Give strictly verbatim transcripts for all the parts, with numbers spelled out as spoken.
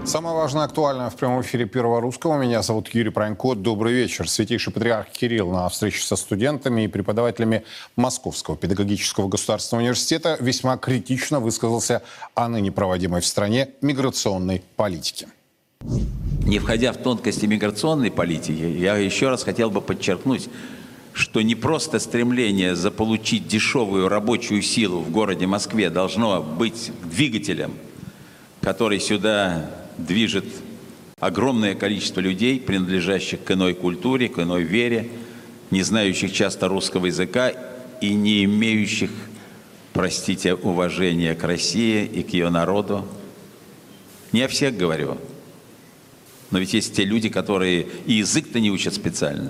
Самое важное и актуальное в прямом эфире Первого Русского. Меня зовут Юрий Пронько. Добрый вечер. Святейший патриарх Кирилл на встрече со студентами и преподавателями Московского педагогического государственного университета весьма критично высказался о ныне проводимой в стране миграционной политике. Не входя в тонкости миграционной политики, я еще раз хотел бы подчеркнуть, что не просто стремление заполучить дешевую рабочую силу в городе Москве должно быть двигателем, который сюда движет огромное количество людей, принадлежащих к иной культуре, к иной вере, не знающих часто русского языка и не имеющих, простите, уважения к России и к ее народу. Не о всех говорю, но ведь есть те люди, которые и язык-то не учат специально.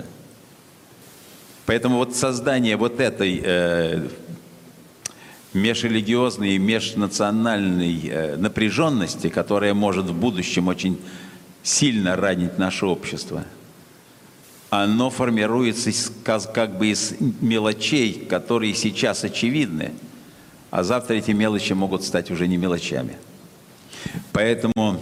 Поэтому вот создание вот этой э, межрелигиозной и межнациональной э, напряженности, которая может в будущем очень сильно ранить наше общество, оно формируется из, как бы из мелочей, которые сейчас очевидны, а завтра эти мелочи могут стать уже не мелочами. Поэтому,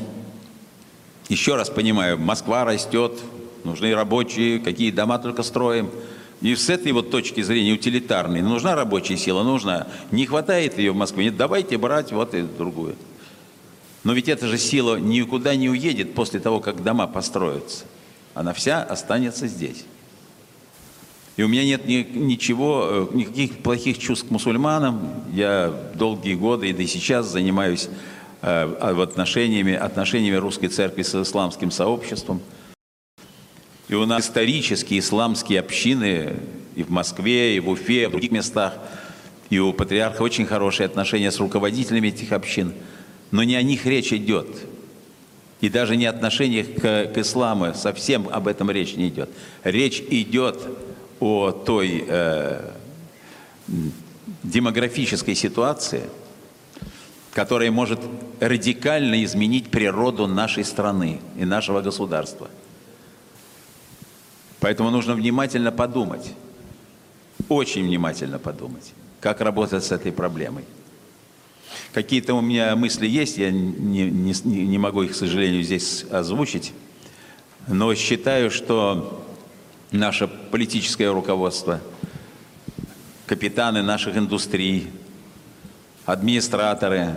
еще раз понимаю, Москва растет, нужны рабочие, какие дома только строим. И с этой вот точки зрения утилитарной, нужна рабочая сила, нужна. Не хватает ее в Москве, нет, давайте брать вот и другую. Но ведь эта же сила никуда не уедет после того, как дома построятся. Она вся останется здесь. И у меня нет ни, ничего, никаких плохих чувств к мусульманам. Я долгие годы, и до сейчас занимаюсь э, отношениями, отношениями русской церкви с исламским сообществом. И у нас исторические исламские общины и в Москве, и в Уфе, и в других местах. И у патриарха очень хорошие отношения с руководителями этих общин. Но не о них речь идет. И даже не отношениях к, к исламу, совсем об этом речь не идет. Речь идет о той э, демографической ситуации, которая может радикально изменить природу нашей страны и нашего государства. Поэтому нужно внимательно подумать, очень внимательно подумать, как работать с этой проблемой. Какие-то у меня мысли есть, я не, не, не могу их, к сожалению, здесь озвучить, но считаю, что наше политическое руководство, капитаны наших индустрий, администраторы,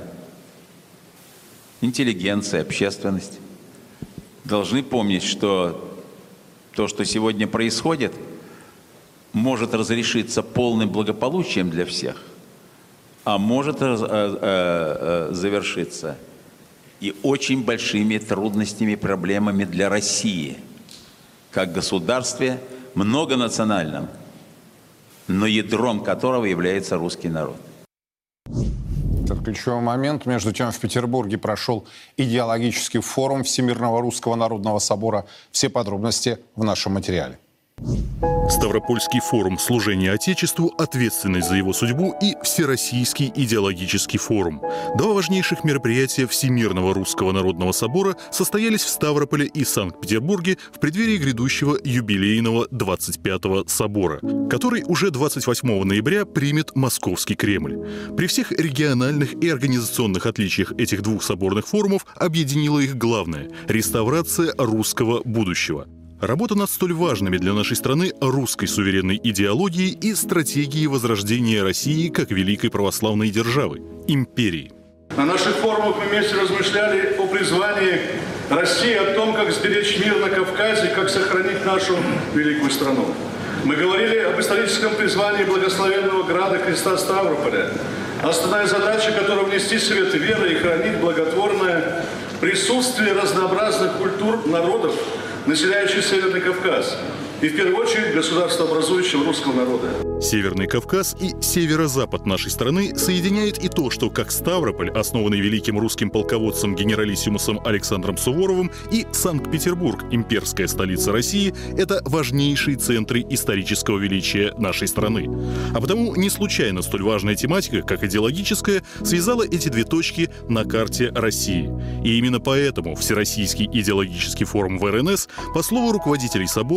интеллигенция, общественность должны помнить, что то, что сегодня происходит, может разрешиться полным благополучием для всех, а может э, э, завершиться и очень большими трудностями, проблемами для России, как государстве многонациональном, но ядром которого является русский народ. Это ключевой момент. Между тем, в Петербурге прошел идеологический форум Всемирного Русского Народного Собора. Все подробности в нашем материале. Ставропольский форум «Служение Отечеству. Ответственность за его судьбу» и Всероссийский идеологический форум. Два важнейших мероприятия Всемирного Русского Народного Собора состоялись в Ставрополе и Санкт-Петербурге в преддверии грядущего юбилейного двадцать пятого собора, который уже двадцать восьмого ноября примет Московский Кремль. При всех региональных и организационных отличиях этих двух соборных форумов объединило их главное – реставрация русского будущего. Работа над столь важными для нашей страны русской суверенной идеологией и стратегией возрождения России как великой православной державы – империи. На наших форумах мы вместе размышляли о призвании России, о том, как сберечь мир на Кавказе, как сохранить нашу великую страну. Мы говорили об историческом призвании благословенного града Христа Ставрополя. Основная задача, которая внести свет веры и хранить благотворное присутствие разнообразных культур народов, населяющих Северный Кавказ, и в первую очередь государствообразующего русского народа. Северный Кавказ и северо-запад нашей страны соединяет и то, что как Ставрополь, основанный великим русским полководцем генералиссимусом Александром Суворовым, и Санкт-Петербург, имперская столица России, это важнейшие центры исторического величия нашей страны. А потому не случайно столь важная тематика, как идеологическая, связала эти две точки на карте России. И именно поэтому Всероссийский идеологический форум в эр эн эс, по слову руководителей собора, является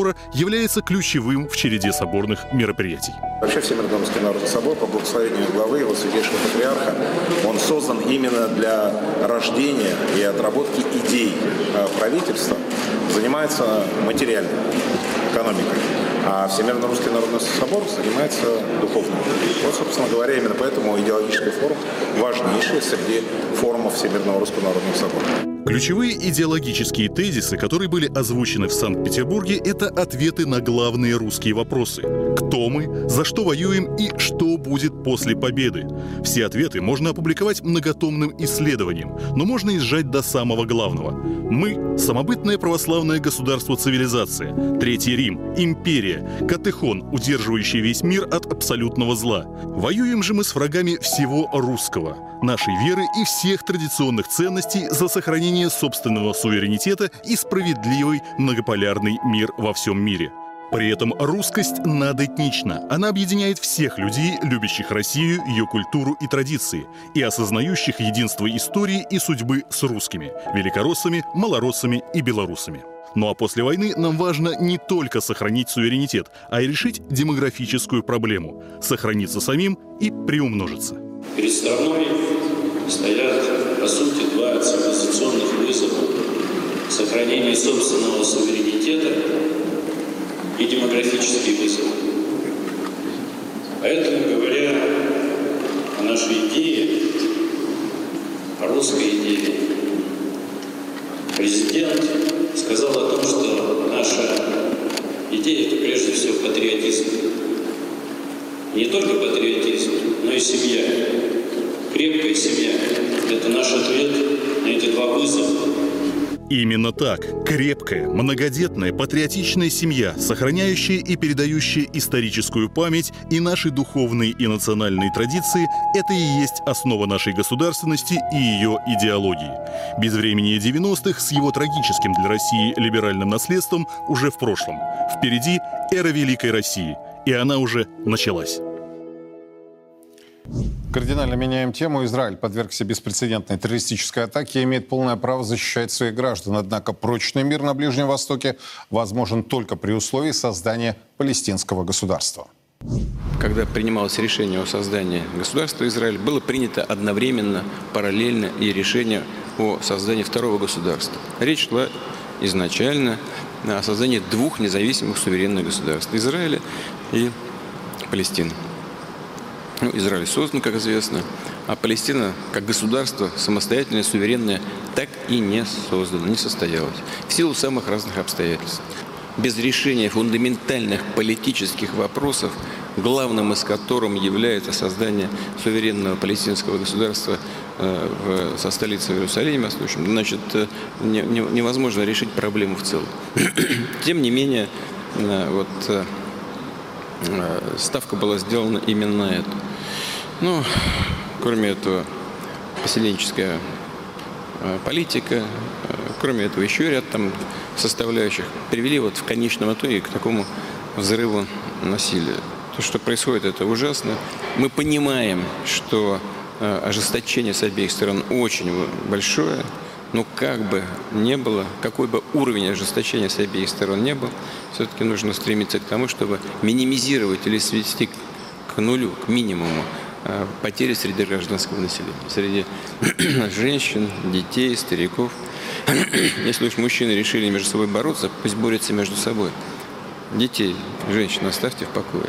является ключевым в череде соборных мероприятий. Вообще Всемирный Русский Народный Собор по благословению главы его святейшего патриарха, он создан именно для рождения и отработки идей правительства, занимается материальной экономикой. А Всемирный Русский Народный Собор занимается духовным. Вот, собственно говоря, именно поэтому идеологический форум важнейший среди форумов Всемирного Русского Народного Собора. Ключевые идеологические тезисы, которые были озвучены в Санкт-Петербурге, это ответы на главные русские вопросы. Кто мы, за что воюем и что будет после победы. Все ответы можно опубликовать многотомным исследованием, но можно и сжать до самого главного. Мы – самобытное православное государство-цивилизация, Третий Рим, империя, катехон, удерживающий весь мир от абсолютного зла. Воюем же мы с врагами всего русского, нашей веры и всех традиционных ценностей за сохранение собственного суверенитета и справедливый многополярный мир во всем мире. При этом русскость надэтнична. Она объединяет всех людей, любящих Россию, ее культуру и традиции, и осознающих единство истории и судьбы с русскими, великороссами, малороссами и белорусами. Ну а после войны нам важно не только сохранить суверенитет, а и решить демографическую проблему – сохраниться самим и приумножиться. Перед страной стоят, по сути, два цивилизационных вызова – сохранение собственного суверенитета и демографический вызов. Поэтому, говоря о нашей идее, о русской идее, президент сказал о том, что наша идея – это прежде всего патриотизм. И не только патриотизм, но и семья. Крепкая семья – это наш ответ на эти два вызова. Именно так. Крепкая, многодетная, патриотичная семья, сохраняющая и передающая историческую память и наши духовные и национальные традиции – это и есть основа нашей государственности и ее идеологии. Безвременье девяностых с его трагическим для России либеральным наследством уже в прошлом. Впереди эра Великой России, и она уже началась. Кардинально меняем тему. Израиль подвергся беспрецедентной террористической атаке и имеет полное право защищать своих граждан. Однако прочный мир на Ближнем Востоке возможен только при условии создания палестинского государства. Когда принималось решение о создании государства Израиль, было принято одновременно, параллельно и решение о создании второго государства. Речь шла изначально о создании двух независимых суверенных государств – Израиля и Палестины. Ну, Израиль создан, как известно, а Палестина, как государство, самостоятельное, суверенное, так и не создана, не состоялась. В силу самых разных обстоятельств. Без решения фундаментальных политических вопросов, главным из которых является создание суверенного палестинского государства э, в, со столицей в Иерусалиме, значит, не, не, невозможно решить проблему в целом. Тем не менее, э, вот... Э, ставка была сделана именно на это. Ну, кроме этого, поселенческая политика, кроме этого, еще ряд там составляющих привели вот в конечном итоге к такому взрыву насилия. То, что происходит, это ужасно. Мы понимаем, что ожесточение с обеих сторон очень большое, но как бы не было, какой бы уровень ожесточения с обеих сторон не был, все-таки нужно стремиться к тому, чтобы минимизировать или свести к нулю, к минимуму потери среди гражданского населения, среди женщин, детей, стариков. Если уж мужчины решили между собой бороться, пусть борются между собой. Детей, женщин оставьте в покое.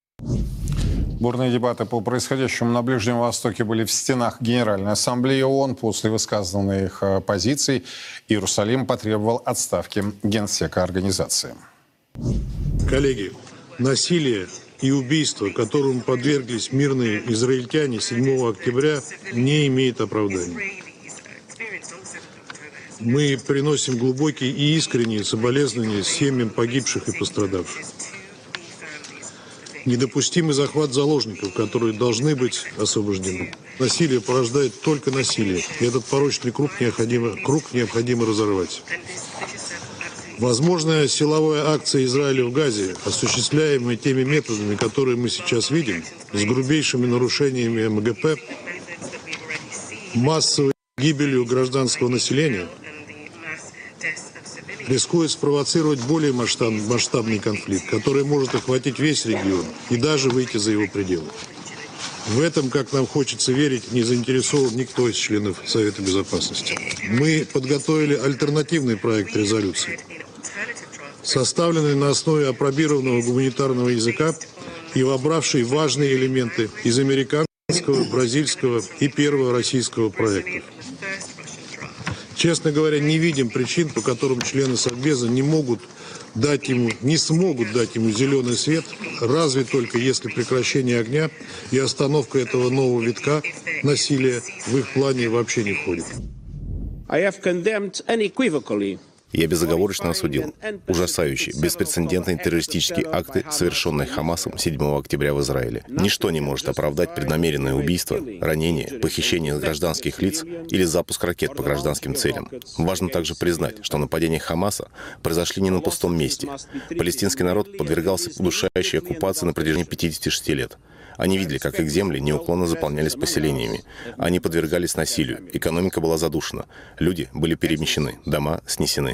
Бурные дебаты по происходящему на Ближнем Востоке были в стенах Генеральной Ассамблеи ООН. После высказанных позиций Иерусалим потребовал отставки генсека организации. Коллеги, насилие и убийство, которым подверглись мирные израильтяне седьмого октября, не имеет оправдания. Мы приносим глубокие и искренние соболезнования семьям погибших и пострадавших. Недопустимый захват заложников, которые должны быть освобождены. Насилие порождает только насилие, и этот порочный круг необходимо, круг необходимо разорвать. Возможная силовая акция Израиля в Газе, осуществляемая теми методами, которые мы сейчас видим, с грубейшими нарушениями эм гэ пэ, массовой гибелью гражданского населения, рискует спровоцировать более масштаб, масштабный конфликт, который может охватить весь регион и даже выйти за его пределы. В этом, как нам хочется верить, не заинтересован никто из членов Совета Безопасности. Мы подготовили альтернативный проект резолюции, составленный на основе апробированного гуманитарного языка и вобравший важные элементы из американского, бразильского и первого российского проектов. Честно говоря, не видим причин, по которым члены Совбеза не могут дать ему, не смогут дать ему зеленый свет, разве только если прекращение огня и остановка этого нового витка насилия в их плане вообще не входит. Я безоговорочно осудил ужасающие, беспрецедентные террористические акты, совершенные Хамасом седьмого октября в Израиле. Ничто не может оправдать преднамеренное убийство, ранение, похищение гражданских лиц или запуск ракет по гражданским целям. Важно также признать, что нападения Хамаса произошли не на пустом месте. Палестинский народ подвергался удушающей оккупации на протяжении пятидесяти шести лет. Они видели, как их земли неуклонно заполнялись поселениями. Они подвергались насилию, экономика была задушена, люди были перемещены, дома снесены.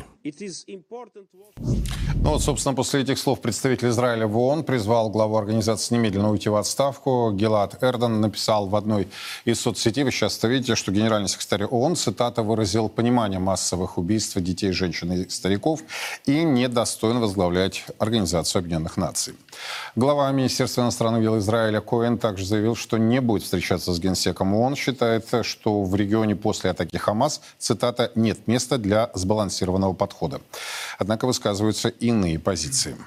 Ну вот, собственно, после этих слов представитель Израиля в ООН призвал главу организации немедленно уйти в отставку. Гилад Эрдан написал в одной из соцсетей, вы сейчас видите, что генеральный секретарь ООН, цитата, выразил понимание массовых убийств детей, женщин и стариков и недостоин возглавлять Организацию Объединенных Наций. Глава Министерства иностранных дел Израиля Коэн также заявил, что не будет встречаться с генсеком ООН. Считает, что в регионе после атаки Хамас, цитата, нет места для сбалансированного подхода. Однако высказываются иные позиции.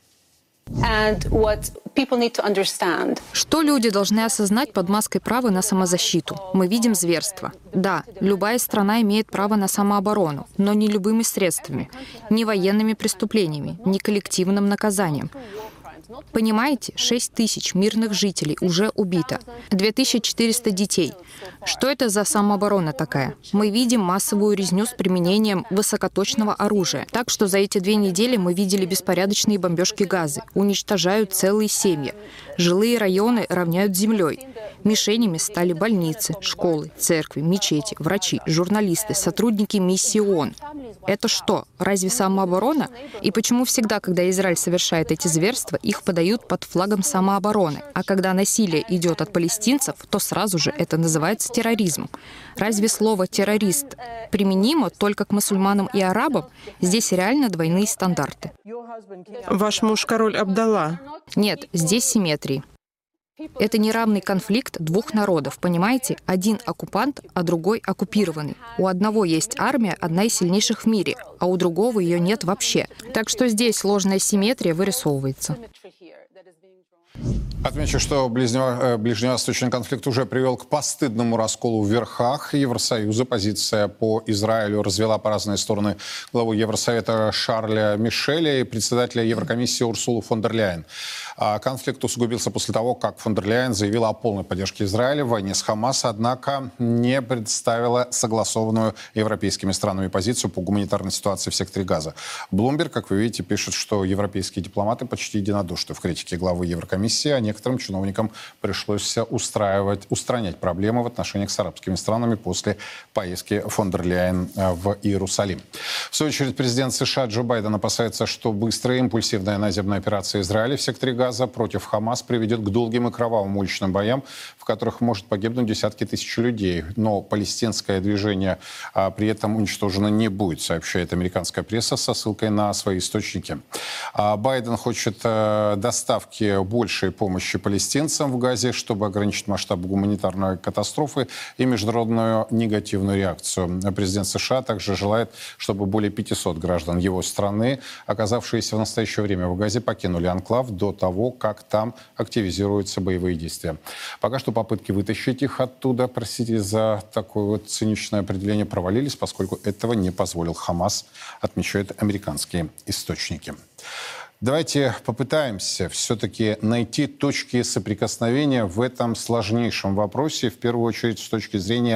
Что люди должны осознать под маской права на самозащиту? Мы видим зверство. Да, любая страна имеет право на самооборону, но не любыми средствами, не военными преступлениями, не коллективным наказанием. Понимаете, шесть тысяч мирных жителей уже убито, две тысячи четыреста детей. Что это за самооборона такая? Мы видим массовую резню с применением высокоточного оружия. Так что за эти две недели мы видели беспорядочные бомбежки Газы, уничтожают целые семьи. Жилые районы равняют с землей. Мишенями стали больницы, школы, церкви, мечети, врачи, журналисты, сотрудники миссии ООН. Это что, разве самооборона? И почему всегда, когда Израиль совершает эти зверства, их подают под флагом самообороны? А когда насилие идет от палестинцев, то сразу же это называется терроризмом. Разве слово «террорист» применимо только к мусульманам и арабам? Здесь реально двойные стандарты. Ваш муж король Абдалла? Нет, здесь симметрии. Это неравный конфликт двух народов, понимаете? Один оккупант, а другой оккупированный. У одного есть армия, одна из сильнейших в мире, а у другого ее нет вообще. Так что здесь сложная симметрия вырисовывается. Отмечу, что ближнего, ближневосточный конфликт уже привел к постыдному расколу в верхах Евросоюза. Позиция по Израилю развела по разные стороны главу Евросовета Шарля Мишеля и председателя Еврокомиссии Урсулу фон дер Ляйен. Конфликт усугубился после того, как фон дер Ляйен заявила о полной поддержке Израиля в войне с Хамас, однако не представила согласованную европейскими странами позицию по гуманитарной ситуации в секторе Газа. Блумберг, как вы видите, пишет, что европейские дипломаты почти единодушны в критике главы Еврокомиссии, а некоторым чиновникам пришлось устраивать, устранять проблемы в отношениях с арабскими странами после поездки фон дер Ляйен в Иерусалим. В свою очередь, президент США Джо Байден опасается, что быстрая и импульсивная наземная операция Израиля в секторе Газа против Хамас приведет к долгим и кровавым уличным боям, в которых может погибнуть десятки тысяч людей. Но палестинское движение а, при этом уничтожено не будет, сообщает американская пресса со ссылкой на свои источники. А, Байден хочет а, доставки большей помощи палестинцам в Газе, чтобы ограничить масштаб гуманитарной катастрофы и международную негативную реакцию. Президент США также желает, чтобы более пятисот граждан его страны, оказавшиеся в настоящее время в Газе, покинули анклав до того, как там активизируются боевые действия. Пока что попытки вытащить их оттуда, простите за такое вот циничное определение, провалились, поскольку этого не позволил Хамас, отмечают американские источники. Давайте попытаемся все-таки найти точки соприкосновения в этом сложнейшем вопросе, в первую очередь с точки зрения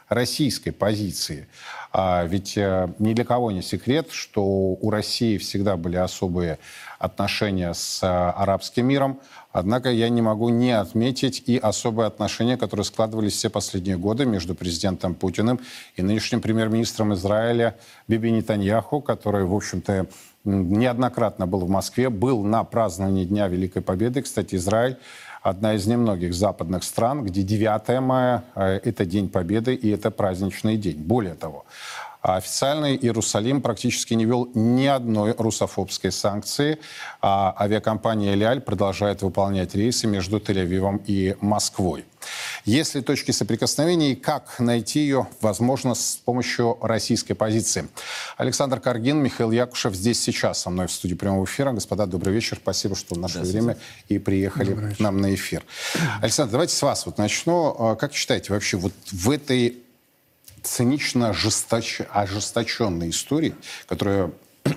российской позиции. А ведь ни для кого не секрет, что у России всегда были особые отношения с арабским миром. Однако я не могу не отметить и особые отношения, которые складывались все последние годы между президентом Путиным и нынешним премьер-министром Израиля Биби Нетаньяху, который, в общем-то, неоднократно был в Москве, был на праздновании Дня Великой Победы. Кстати, Израиль одна из немногих западных стран, где девятое мая – это День Победы, и это праздничный день. Более того, официальный Иерусалим практически не вел ни одной русофобской санкции, а авиакомпания «Эль Аль» продолжает выполнять рейсы между Тель-Авивом и Москвой. Есть ли точки соприкосновения и как найти ее, возможно, с помощью российской позиции? Александр Каргин, Михаил Якушев здесь сейчас со мной в студии прямого эфира. Господа, добрый вечер. Спасибо, что нашли время и приехали к нам на эфир. Александр, давайте с вас вот начну. Как считаете, вообще вот в этой цинично ожесточенной истории, которая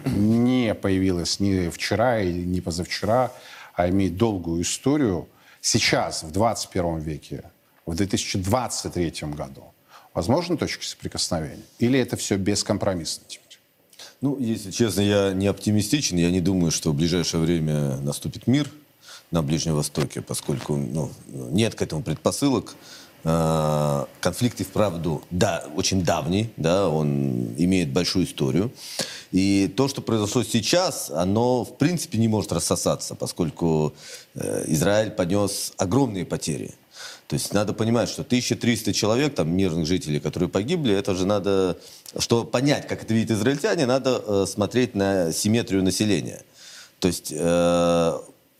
не появилась ни вчера и ни позавчера, а имеет долгую историю, сейчас, в двадцать первом веке, в две тысячи двадцать третьем году, возможны точки соприкосновения? Или это все бескомпромиссно теперь? Ну, если честно, я не оптимистичен. Я не думаю, что в ближайшее время наступит мир на Ближнем Востоке, поскольку ну, нет к этому предпосылок. Конфликт и вправду, да, очень давний, да, он имеет большую историю. И то, что произошло сейчас, оно, в принципе, не может рассосаться, поскольку Израиль понес огромные потери. То есть надо понимать, что тысяча триста человек, там, мирных жителей, которые погибли, это же надо, чтобы понять, как это видят израильтяне, надо э, смотреть на симметрию населения. То есть э,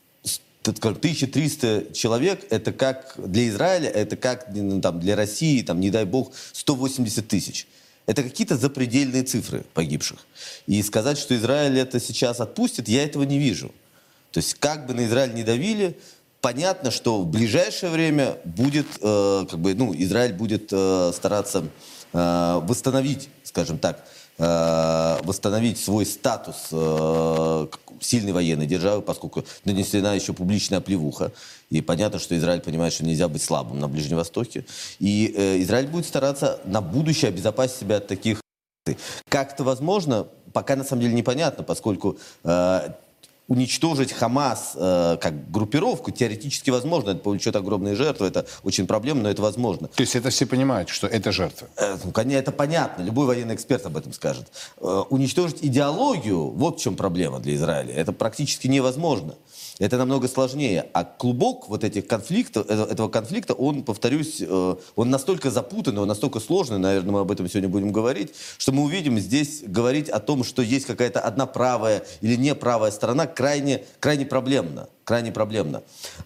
тысяча триста человек, это как для Израиля, это как ну, там, для России, там, не дай бог, сто восемьдесят тысяч. Это какие-то запредельные цифры погибших. И сказать, что Израиль это сейчас отпустит, я этого не вижу. То есть как бы на Израиль не давили, понятно, что в ближайшее время будет, э, как бы, ну, Израиль будет э, стараться э, восстановить, скажем так, э, восстановить свой статус э, сильной военной державы, поскольку нанесена еще публичная оплевуха. И понятно, что Израиль понимает, что нельзя быть слабым на Ближнем Востоке. И э, Израиль будет стараться на будущее обезопасить себя от таких. Как это возможно, пока на самом деле непонятно, поскольку э, уничтожить Хамас э, как группировку теоретически возможно. Это повлечет огромные жертвы, это очень проблемно, но это возможно. То есть это все понимают, что это жертвы? Э, ну, конечно, это понятно. Любой военный эксперт об этом скажет. Э, уничтожить идеологию, вот в чем проблема для Израиля. Это практически невозможно. Это намного сложнее. А клубок вот этих конфликтов, этого конфликта, он, повторюсь, он настолько запутанный, он настолько сложный, наверное, мы об этом сегодня будем говорить, что мы увидим здесь говорить о том, что есть какая-то одна правая или неправая сторона, крайне, крайне проблемно. Крайне проблемно.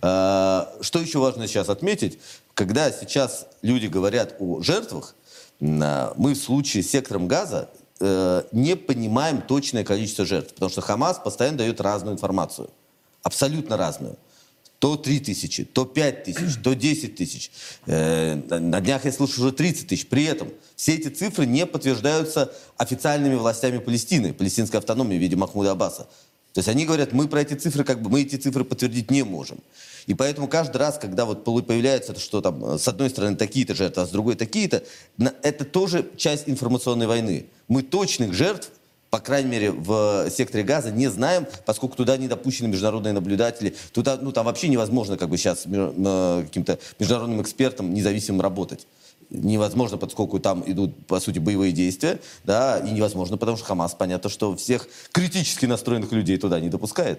Что еще важно сейчас отметить? Когда сейчас люди говорят о жертвах, мы в случае с сектором Газа не понимаем точное количество жертв, потому что Хамас постоянно дает разную информацию. Абсолютно разную. То три тысячи, то пять тысяч, то десять тысяч. Э, на днях я слышал уже тридцать тысяч. При этом все эти цифры не подтверждаются официальными властями Палестины, палестинской автономии в виде Махмуда Аббаса. То есть они говорят, мы про эти цифры, как бы, мы эти цифры подтвердить не можем. И поэтому каждый раз, когда вот появляется, что там с одной стороны такие-то жертвы, а с другой такие-то, это тоже часть информационной войны. Мы точных жертв, по крайней мере, в секторе Газа не знаем, поскольку туда не допущены международные наблюдатели. Туда, ну, там вообще невозможно как бы сейчас каким-то международным экспертам независимым работать. Невозможно, поскольку там идут, по сути, боевые действия, да, и невозможно, потому что Хамас, понятно, что всех критически настроенных людей туда не допускает.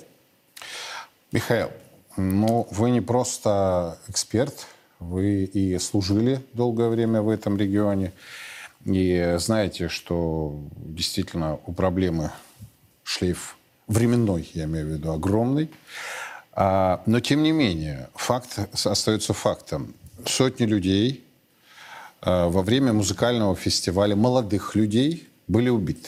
Михаил, ну, вы не просто эксперт, вы и служили долгое время в этом регионе. И знаете, что действительно у проблемы шлейф временной, я имею в виду, огромный. А, но, тем не менее, факт остается фактом. Сотни людей а, во время музыкального фестиваля, молодых людей, были убиты.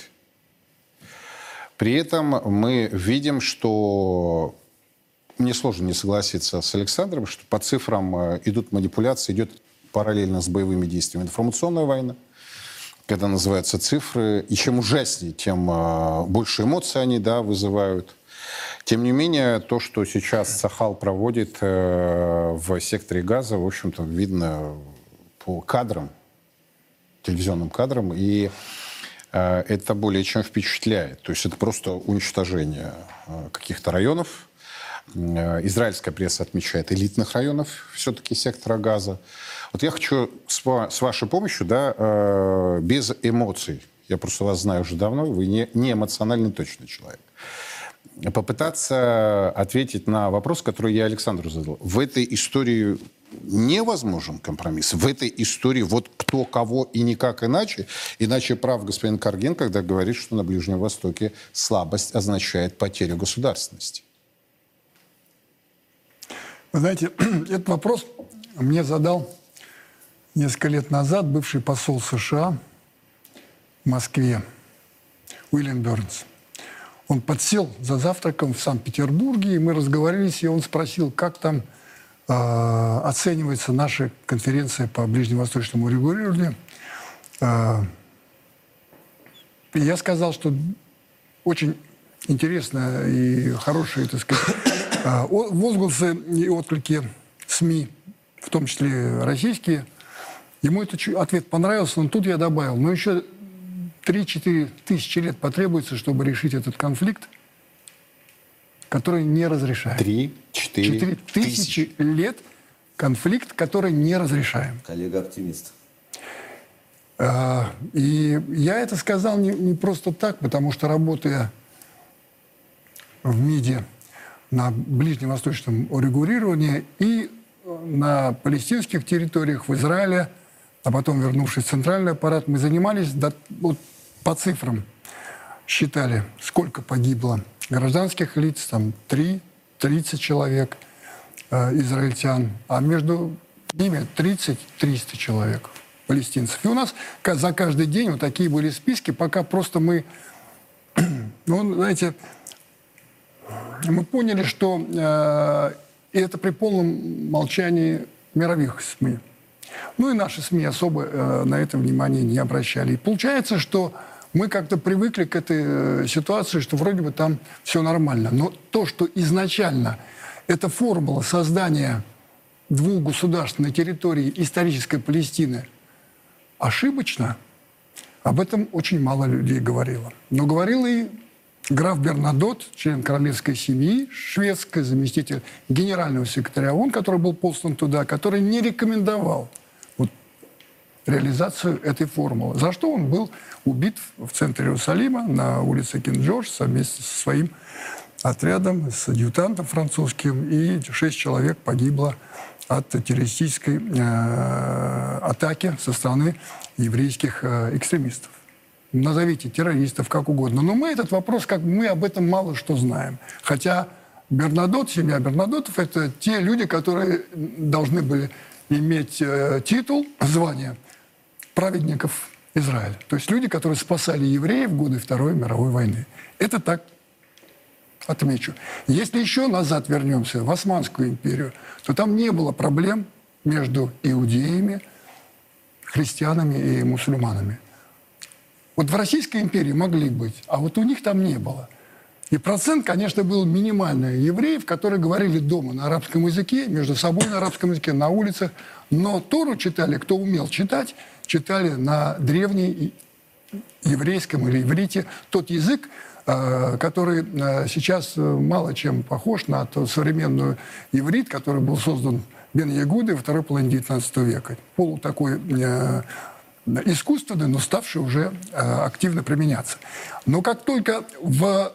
При этом мы видим, что... Мне сложно не согласиться с Александром, что по цифрам идут манипуляции, идет параллельно с боевыми действиями информационная война, когда называются цифры. И чем ужаснее, тем э, больше эмоций они, да, вызывают. Тем не менее, то, что сейчас Цахал проводит э, в секторе Газа, в общем-то, видно по кадрам. телевизионным кадрам, и э, это более чем впечатляет. То есть это просто уничтожение э, каких-то районов. Э, израильская пресса отмечает элитных районов все-таки сектора Газа. Вот я хочу с, с вашей помощью, да, э, без эмоций, я просто вас знаю уже давно, вы не, не эмоциональный точный человек, попытаться ответить на вопрос, который я Александру задал. В этой истории невозможен компромисс. В этой истории вот кто кого и никак иначе. Иначе прав господин Карген, когда говорит, что на Ближнем Востоке слабость означает потерю государственности. Вы знаете, этот вопрос мне задал несколько лет назад бывший посол США в Москве Уильям Бернс. Он подсел за завтраком в Санкт-Петербурге, и мы разговорились, и он спросил, как там э, оценивается наша конференция по ближневосточному регулированию. Э, и я сказал, что очень интересно и хорошие, так сказать, э, возгласы и отклики СМИ, в том числе российские. Ему этот ответ понравился, но тут я добавил, но еще три-четыре тысячи лет потребуется, чтобы решить этот конфликт, который не разрешаем. Три-четыре тысячи лет конфликт, который не разрешаем. Коллега-оптимист. А, и я это сказал не, не просто так, потому что, работая в МИДе на ближневосточном урегулировании и на палестинских территориях, в Израиле, а потом, вернувшись в центральный аппарат, мы занимались, до, вот, по цифрам считали, сколько погибло гражданских лиц, там три-тридцать человек э, израильтян, а между ними тридцать-триста человек палестинцев. И у нас за каждый день вот такие были списки, пока просто мы, ну, знаете, мы поняли, что э, это при полном молчании мировых СМИ. Ну и наши СМИ особо э, на это внимание не обращали. И получается, что мы как-то привыкли к этой э, ситуации, что вроде бы там все нормально. Но то, что изначально эта формула создания двух государств на территории исторической Палестины ошибочна, об этом очень мало людей говорило. Но говорил и граф Бернадотт, член королевской семьи, шведский заместитель генерального секретаря ООН, который был послан туда, который не рекомендовал вот реализацию этой формулы. За что он был убит в центре Иерусалима на улице Кинг-Джордж совместно со своим отрядом, с адъютантом французским, и шесть человек погибло от террористической э, атаки со стороны еврейских э, экстремистов. Назовите террористов как угодно. Но мы этот вопрос, как мы об этом мало что знаем. Хотя Бернадотт, семья Бернадоттов, это те люди, которые должны были иметь э, титул, звание праведников Израиля. То есть люди, которые спасали евреев в годы Второй мировой войны. Это так отмечу. Если еще назад вернемся в Османскую империю, то там не было проблем между иудеями, христианами и мусульманами. Вот в Российской империи могли быть, а вот у них там не было. И процент, конечно, был минимальный евреев, которые говорили дома на арабском языке, между собой на арабском языке, на улицах. Но Тору читали, кто умел читать, читали на древней еврейском или иврите тот язык, который сейчас мало чем похож на тот современный иврит, который был создан Бен-Ягудой во второй половине девятнадцатого века. Полу такой искусственный, но ставший уже активно применяться. Но как только в,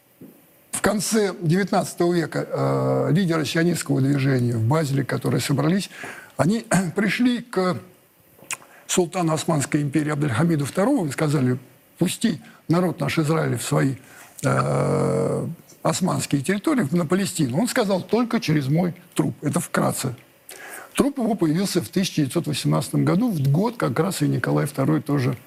в конце девятнадцатого века лидеры сионистского движения в Базеле, которые собрались, они пришли к султану Османской империи Абдельхамиду второму и сказали: пусти народ наш Израиль в свои э, османские территории, на Палестину. Он сказал: только через мой труп. Это вкратце. Труп его появился в тысяча девятьсот восемнадцатом году, в год как раз и Николай второй тоже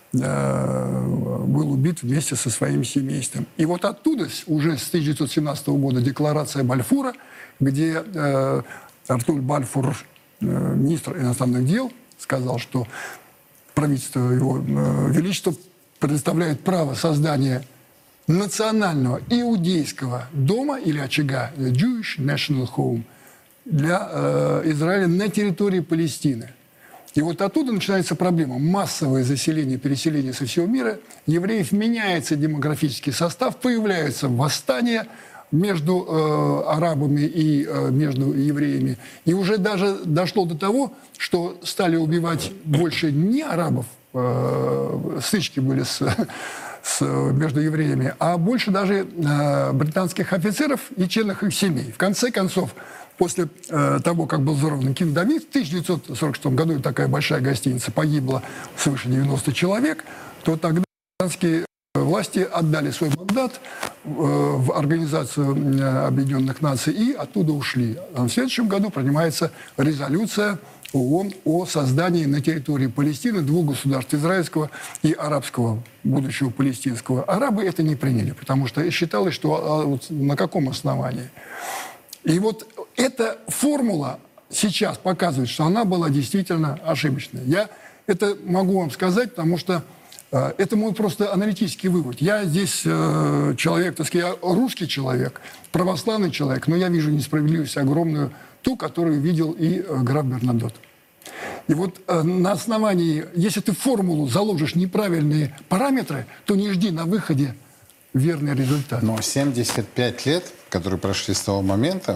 э, был убит вместе со своим семейством. И вот оттуда, уже с тысяча девятьсот семнадцатого года, декларация Бальфура, где э, Артуль Бальфур, э, министр иностранных дел, сказал, что правительство его э, величества предоставляет право создания национального иудейского дома или очага, Jewish National Home, для э, Израиля на территории Палестины. И вот оттуда начинается проблема. Массовое заселение, переселение со всего мира. Евреев меняется демографический состав, появляются восстания между э, арабами и э, между евреями. И уже даже дошло до того, что стали убивать больше не арабов, э, стычки были с, с, между евреями, а больше даже э, британских офицеров и членов их семей. В конце концов, после э, того, как был взорван Кинг-Давид, в тысяча девятьсот сорок шестом году такая большая гостиница, погибло свыше девяноста человек, то тогда британские власти отдали свой мандат э, в Организацию э, Объединенных Наций и оттуда ушли. А в следующем году принимается резолюция ООН о создании на территории Палестины двух государств, израильского и арабского, будущего палестинского. Арабы это не приняли, потому что считалось, что а, вот на каком основании. И вот эта формула сейчас показывает, что она была действительно ошибочной. Я это могу вам сказать, потому что э, это мой просто аналитический вывод. Я здесь э, человек, так сказать, я русский человек, православный человек, но я вижу несправедливость огромную, ту, которую видел и э, граф Бернадотт. И вот э, на основании, если ты в формулу заложишь неправильные параметры, то не жди на выходе верный результат. Но семьдесят пять лет, которые прошли с того момента,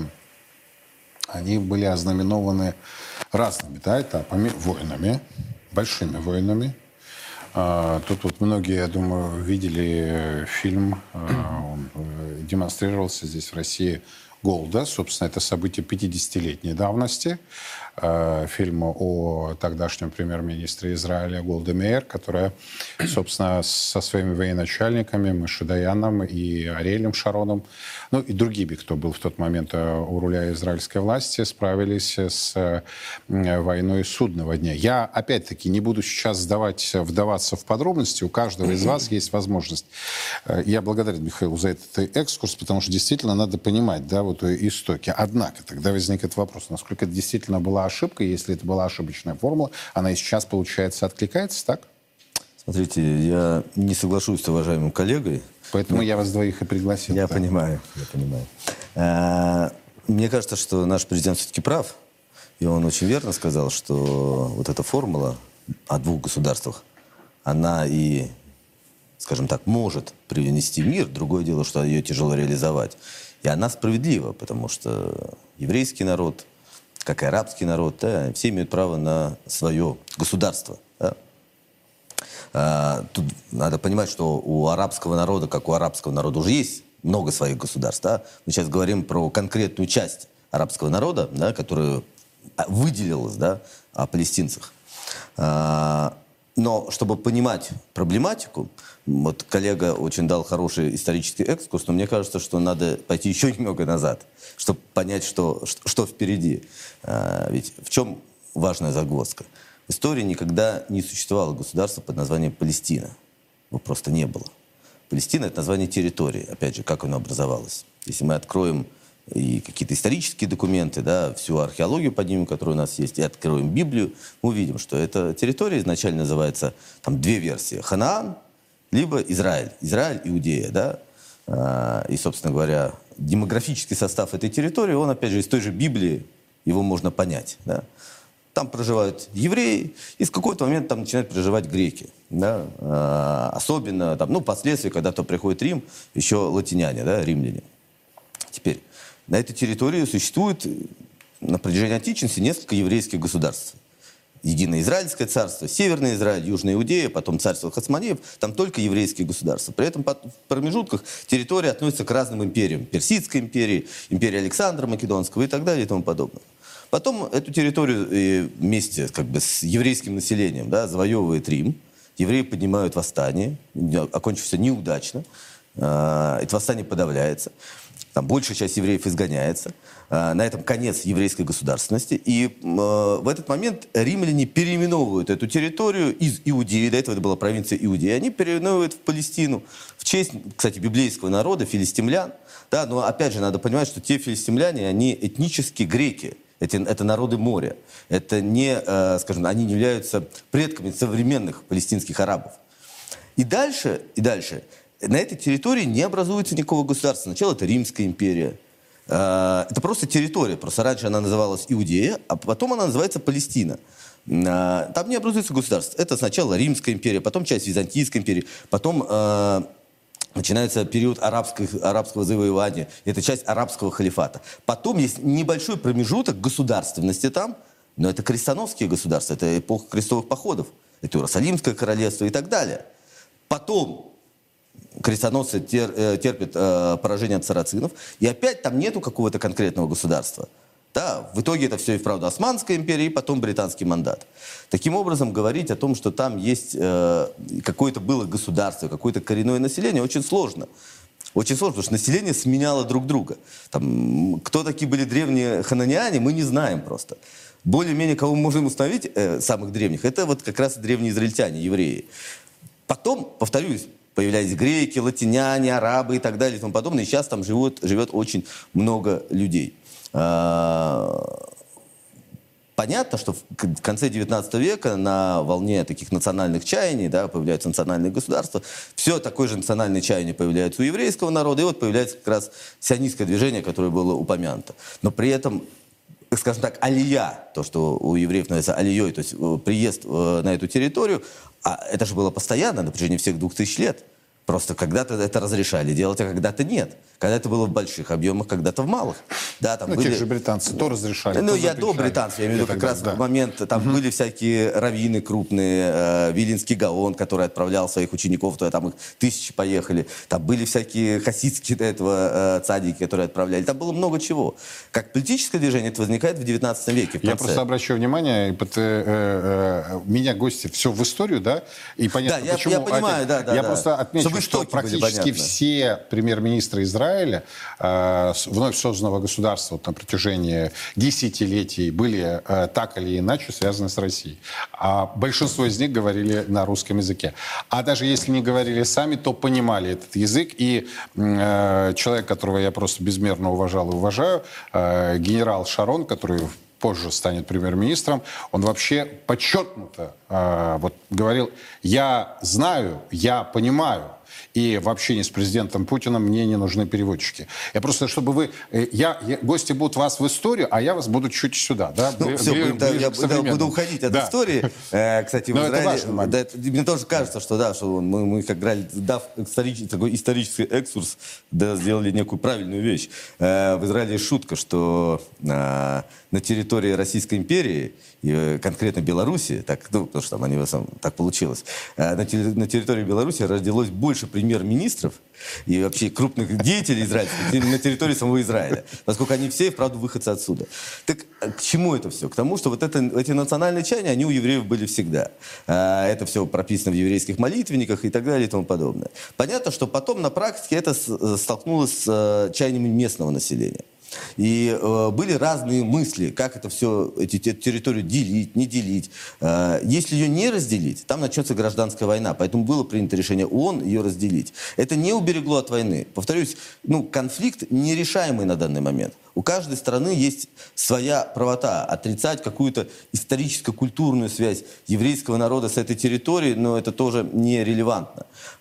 они были ознаменованы разными, да, этапами, войнами, большими войнами. А, тут вот многие, я думаю, видели фильм, а, он демонстрировался здесь в России, «Голда». Собственно, это событие пятидесятилетней давности. Фильм о тогдашнем премьер-министре Израиля Голде Меир, которая, собственно, со своими военачальниками, Моше Даяном и Ариэлем Шароном, ну и другими, кто был в тот момент у руля израильской власти, справились с войной судного дня. Я, опять-таки, не буду сейчас сдавать, вдаваться в подробности. У каждого из вас есть возможность. Я благодарен Михаилу за этот экскурс, потому что действительно надо понимать, да, вот истоки. Однако тогда возникает вопрос, насколько это действительно была ошибка, если это была ошибочная формула, она и сейчас, получается, откликается, так? Смотрите, я не соглашусь с уважаемым коллегой. Поэтому но... я вас двоих и пригласил. Я да. понимаю, я понимаю. А, мне кажется, что наш президент все-таки прав, и он очень верно сказал, что вот эта формула о двух государствах, она и, скажем так, может привнести мир, другое дело, что ее тяжело реализовать. И она справедлива, потому что еврейский народ, как и арабский народ, да, все имеют право на свое государство. Да. А, тут надо понимать, что у арабского народа, как у арабского народа, уже есть много своих государств. Да. Мы сейчас говорим про конкретную часть арабского народа, да, которая выделилась, да, о палестинцах. А, но чтобы понимать проблематику, вот коллега очень дал хороший исторический экскурс, но мне кажется, что надо пойти еще немного назад, чтобы понять, что, что, что впереди. А, ведь в чем важная загвоздка? В истории никогда не существовало государства под названием Палестина. Его просто не было. Палестина — это название территории, опять же, как оно образовалось. Если мы откроем и какие-то исторические документы, да, всю археологию поднимем, которая у нас есть, и откроем Библию, мы увидим, что эта территория изначально называется, там две версии: Ханаан, либо Израиль. Израиль, Иудея, да. А, и, собственно говоря, демографический состав этой территории, он, опять же, из той же Библии, его можно понять, да. Там проживают евреи, и с какой-то момента там начинают проживать греки. Да? А, особенно, там, ну, впоследствии, когда то приходит Рим, еще латиняне, да, римляне. Теперь, на этой территории существует на протяжении античности несколько еврейских государств. Единое Израильское царство, Северный Израиль, Южная Иудея, потом царство Хасмонеев, там только еврейские государства. При этом в промежутках территории относятся к разным империям. Персидской империи, империи Александра Македонского и так далее и тому подобное. Потом эту территорию вместе как бы, с еврейским населением, да, завоевывает Рим. Евреи поднимают восстание, окончившееся неудачно. Это восстание подавляется. Там большая часть евреев изгоняется. На этом конец еврейской государственности. И в этот момент римляне переименовывают эту территорию из Иудеи, до этого это была провинция Иудеи, они переименовывают в Палестину в честь, кстати, библейского народа, филистимлян. Да, но опять же надо понимать, что те филистимляне, они этнически греки. Это, это народы моря. Это не, э, скажем, они не являются предками современных палестинских арабов. И дальше, и дальше на этой территории не образуется никакого государства. Сначала это Римская империя. Э, это просто территория. Просто раньше она называлась Иудея, а потом она называется Палестина. Там не образуется государство. Это сначала Римская империя, потом часть Византийской империи, потом э, начинается период арабских, арабского завоевания. Это часть арабского халифата. Потом есть небольшой промежуток государственности там, но это крестоносские государства, это эпоха крестовых походов, это Иерусалимское королевство и так далее. Потом крестоносцы тер, э, терпят э, поражение от сарацинов, и опять там нету какого-то конкретного государства. Да, в итоге это все и вправду Османская империя, и потом британский мандат. Таким образом, говорить о том, что там есть э, какое-то было государство, какое-то коренное население, очень сложно. Очень сложно, потому что население сменяло друг друга. Там, кто такие были древние хананиане, мы не знаем просто. Более-менее, кого мы можем установить, э, самых древних, это вот как раз древние израильтяне, евреи. Потом, повторюсь, появлялись греки, латиняне, арабы и так далее и тому подобное. И сейчас там живут, живет очень много людей. Понятно, что в конце девятнадцатого века на волне таких национальных чаяний, да, появляются национальные государства. Все такое же национальное чаяние появляется у еврейского народа. И вот появляется как раз сионистское движение, которое было упомянуто. Но при этом, скажем так, алия, то, что у евреев называется алией, то есть приезд на эту территорию, а это же было постоянно на протяжении всех двух тысяч лет. Просто когда-то это разрешали делать, а когда-то нет. Когда это было в больших объемах, когда-то в малых. Да, там ну, были... те же британцы то разрешали, Ну, то я до британцев, я имею в виду как раз да. момент, там угу. были всякие раввины крупные, э, Виленский Гаон, который отправлял своих учеников, то там их тысячи поехали. Там были всякие хасидские до этого э, цадики, которые отправляли. Там было много чего. Как политическое движение это возникает в девятнадцатом веке. В я просто обращаю внимание, э, э, э, меня гости все в историю, да, и понятно, да, почему... Я, я понимаю, это, да, да. Я да. просто отмечу, что, что практически все премьер-министры Израиля э, вновь созданного государства вот, на протяжении десятилетий были э, так или иначе связаны с Россией. А большинство из них говорили на русском языке. А даже если не говорили сами, то понимали этот язык. И э, человек, которого я просто безмерно уважал и уважаю, э, генерал Шарон, который позже станет премьер-министром, он вообще подчеркнуто э, вот, говорил: я знаю, я понимаю, и в общении с президентом Путиным мне не нужны переводчики. Я просто, чтобы вы... Я, я, гости будут вас в историю, а я вас буду чуть сюда. Да? Ну, Бли, все, бли, да, я да, буду уходить от да. истории. Э, кстати, в Израиле... Да, это, мне тоже кажется, что, да, что мы, мы как играли, дав исторический, такой исторический экскурс, да, сделали некую правильную вещь. Э, в Израиле есть шутка, что э, на территории Российской империи, и конкретно Беларуси, так, ну, потому что там они, так получилось, э, на, терри, на территории Беларуси родилось больше премьер-министров и вообще крупных деятелей израильских на территории самого Израиля, поскольку они все, вправду, выходцы отсюда. Так к чему это все? К тому, что вот это, эти национальные чаяния, они у евреев были всегда. Это все прописано в еврейских молитвенниках и так далее и тому подобное. Понятно, что потом на практике это столкнулось с чаяниями местного населения. И э, были разные мысли, как это все, эти, эту территорию делить, не делить. Э, если ее не разделить, там начнется гражданская война. Поэтому было принято решение ООН ее разделить. Это не уберегло от войны. Повторюсь, ну, конфликт нерешаемый на данный момент. У каждой страны есть своя правота. Отрицать какую-то историческо-культурную связь еврейского народа с этой территорией, но это тоже нерелевантно.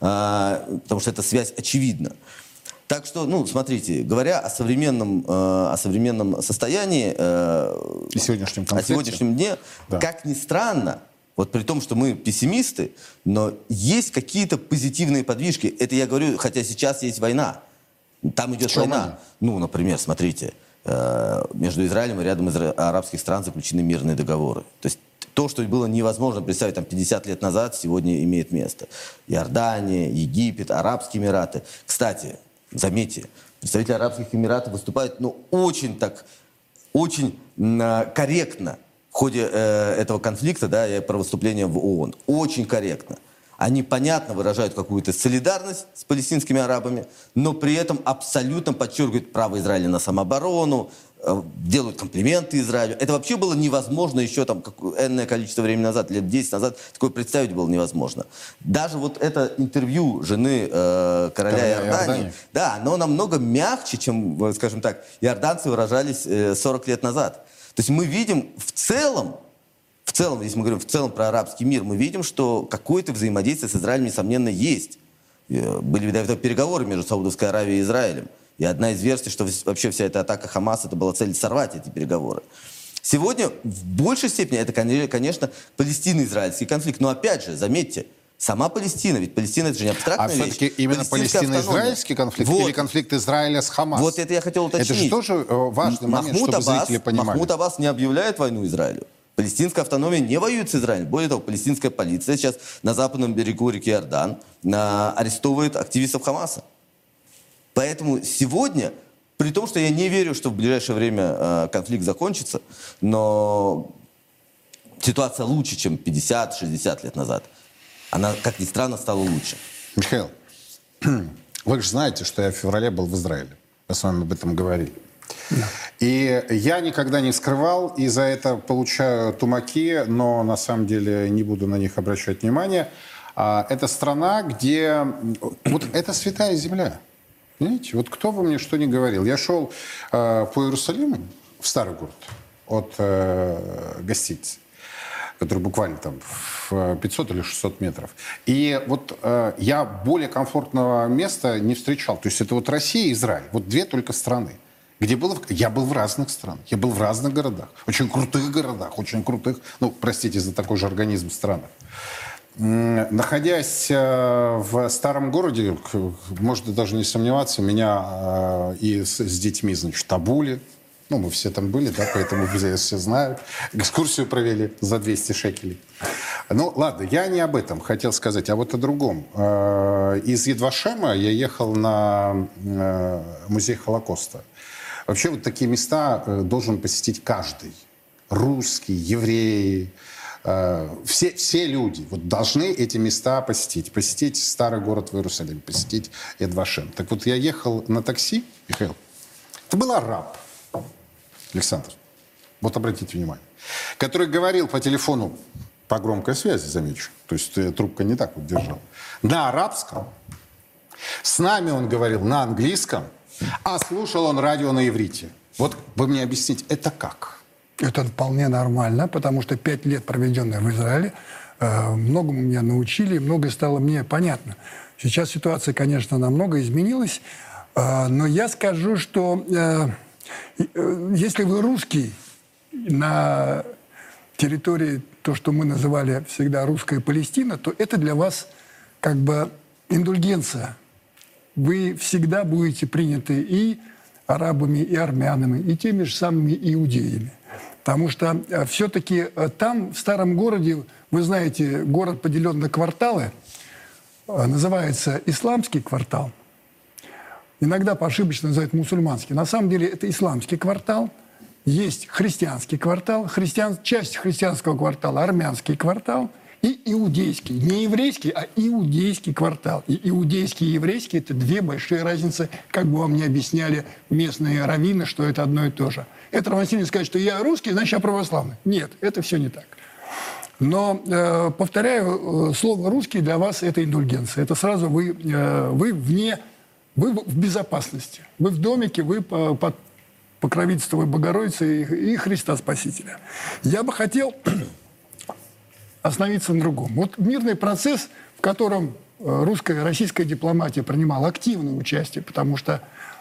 Э, потому что эта связь очевидна. Так что, ну, смотрите, говоря о современном, э, о современном состоянии, э, и сегодняшнем конфликте, о сегодняшнем дне, да. Как ни странно, вот при том, что мы пессимисты, но есть какие-то позитивные подвижки. Это я говорю, хотя сейчас есть война. Там идет война. Они? Ну, например, смотрите, э, между Израилем и рядом изра... арабских стран заключены мирные договоры. То есть то, что было невозможно представить там, пятьдесят лет назад, сегодня имеет место. Иордания, Египет, Арабские Эмираты. Кстати, заметьте, представители Арабских Эмиратов выступают, ну, очень так, очень э, корректно в ходе э, этого конфликта, да, и про выступление в ООН. Очень корректно. Они понятно выражают какую-то солидарность с палестинскими арабами, но при этом абсолютно подчеркивают право Израиля на самооборону, э, делают комплименты Израилю. Это вообще было невозможно еще там энное количество времени назад, лет десять назад, такое представить было невозможно. Даже вот это интервью жены э, короля Короля Иордании, Иордании, да, оно намного мягче, чем, скажем так, иорданцы выражались э, сорок лет назад. То есть мы видим в целом, В целом, если мы говорим в целом про арабский мир, мы видим, что какое-то взаимодействие с Израилем, несомненно, есть. Были до этого переговоры между Саудовской Аравией и Израилем. И одна из версий, что вообще вся эта атака Хамаса, это была цель сорвать эти переговоры. Сегодня в большей степени это, конечно, палестино-израильский конфликт. Но опять же, заметьте, сама Палестина, ведь Палестина это же не абстрактная вещь. А все-таки именно палестино-израильский конфликт вот. или конфликт Израиля с Хамас? Вот это я хотел уточнить. Это же тоже важный момент, Махмуд чтобы Аббас, зрители понимали. Махмуд Аббас не объявляет войну Израилю. Палестинская автономия не воюет с Израилем. Более того, палестинская полиция сейчас на западном берегу реки Иордан на, арестовывает активистов Хамаса. Поэтому сегодня, при том, что я не верю, что в ближайшее время э, конфликт закончится, но ситуация лучше, чем пятьдесят-шестьдесят лет назад. Она, как ни странно, стала лучше. Михаил, вы же знаете, что я в феврале был в Израиле. Мы с вами об этом говорили. Да. И я никогда не скрывал, и за это получаю тумаки, но на самом деле не буду на них обращать внимание. Это страна, где... Вот это святая земля. Понимаете? Вот кто бы мне что ни говорил. Я шел по Иерусалиму, в старый город, от гостиницы, который буквально там в пятьсот или шестьсот метров. И вот э, я более комфортного места не встречал. То есть это вот Россия и Израиль. Вот две только страны. Где было... Я был в разных странах. Я был в разных городах. Очень крутых городах. Очень крутых, ну, простите за такой же организм, странах. Находясь э, в старом городе, можно даже не сомневаться, меня э, и с, с детьми, значит, табули. Ну, мы все там были, да, поэтому все знают. Экскурсию провели за двести шекелей. Ну, ладно, я не об этом хотел сказать, а вот о другом. Из Яд Вашема я ехал на музей Холокоста. Вообще вот такие места должен посетить каждый. Русский, евреи, все, все люди вот должны эти места посетить. Посетить старый город в Иерусалиме, посетить Яд Вашем. Так вот, я ехал на такси, Михаил, это был араб. Александр, вот обратите внимание, который говорил по телефону, по громкой связи, замечу, то есть трубка не так вот держала, на арабском, с нами он говорил на английском, а слушал он радио на иврите. Вот вы мне объясните, это как? Это вполне нормально, потому что пять лет, проведенные в Израиле, многому меня научили, многое стало мне понятно. Сейчас ситуация, конечно, намного изменилась, но я скажу, что... Если вы русский на территории, то, что мы называли всегда русская Палестина, то это для вас как бы индульгенция. Вы всегда будете приняты и арабами, и армянами, и теми же самыми иудеями. Потому что все-таки там, в старом городе, вы знаете, город поделен на кварталы, называется исламский квартал. Иногда ошибочно называют мусульманский. На самом деле это исламский квартал, есть христианский квартал, христиан, часть христианского квартала, армянский квартал и иудейский. Не еврейский, а иудейский квартал. И иудейский и еврейский – это две большие разницы, как бы вам не объясняли местные раввины, что это одно и то же. Это равносильно сказать, что я русский, значит, я православный. Нет, это все не так. Но, э, повторяю, слово «русский» для вас – это индульгенция. Это сразу вы, э, вы вне... Вы в безопасности. Вы в домике, вы под покровительством Богородицы и Христа Спасителя. Я бы хотел остановиться на другом. Вот мирный процесс, в котором русская, российская дипломатия принимала активное участие, потому что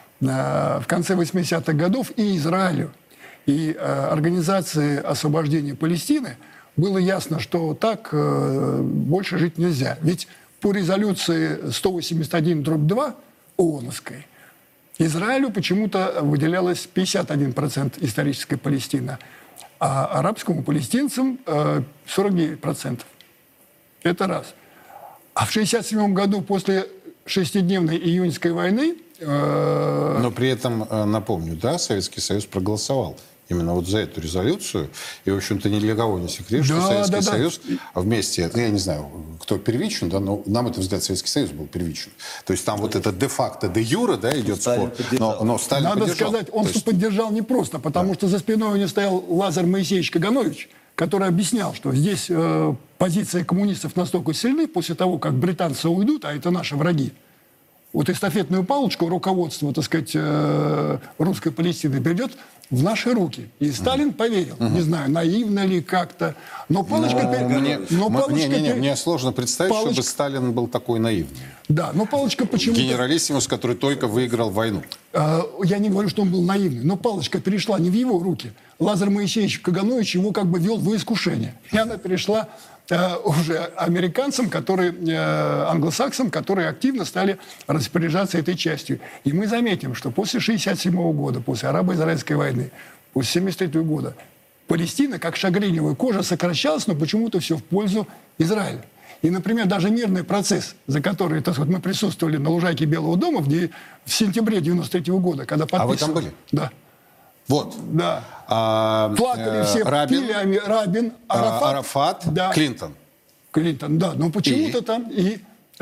в конце восьмидесятых годов и Израилю, и Организации освобождения Палестины было ясно, что так больше жить нельзя. Ведь по резолюции сто восемьдесят один дробь два ООНовской. Израилю почему-то выделялось пятьдесят один процент исторической Палестины, а арабскому палестинцам сорок девять процентов. Это раз. А в шестьдесят седьмом году после шестидневной июньской войны... Э... Но при этом, напомню, да, Советский Союз проголосовал именно вот за эту резолюцию. И, в общем-то, ни для кого не секрет, да, что Советский да, Союз да. вместе, ну, я не знаю, кто первичен, да, но на мой взгляд, Советский Союз был первичен. То есть там вот это де-факто, де-юре, да, идет спор. Но, но Сталин Надо поддержал. сказать, он есть... поддержал не просто, потому да. что за спиной у него стоял Лазарь Моисеевич Каганович, который объяснял, что здесь э, позиции коммунистов настолько сильны после того, как британцы уйдут, а это наши враги. Вот эстафетную палочку руководства, так сказать, э, русской Палестины перейдет в наши руки. И Сталин поверил. Uh-huh. Не знаю, наивно ли как-то. Но палочка... Но, пер... мне, но палочка не, не, не, пер... мне сложно представить, палочка... чтобы Сталин был такой наивный. Да, но палочка почему-то... Генералиссимус, который только выиграл войну. Э, я не говорю, что он был наивный. Но палочка перешла не в его руки, Лазарь Моисеевич Каганович его как бы вел в искушение. И она перешла э, уже американцам, которые, э, англосаксам, которые активно стали распоряжаться этой частью. И мы заметим, что после шестьдесят седьмого года, после арабо-израильской войны, после семьдесят третьего года, Палестина, как шагреневая кожа, сокращалась, но почему-то все в пользу Израиля. И, например, даже мирный процесс, за который, так сказать, мы присутствовали на лужайке Белого дома в, де... в сентябре девяносто третьего года, когда подписывали... А вы там были? Да. Вот. Да. А, Плакали э, все, Рабин, пили Ами... Рабин, Арафат. А, Арафат, да. Клинтон. Клинтон, да. Но почему-то и? там... И,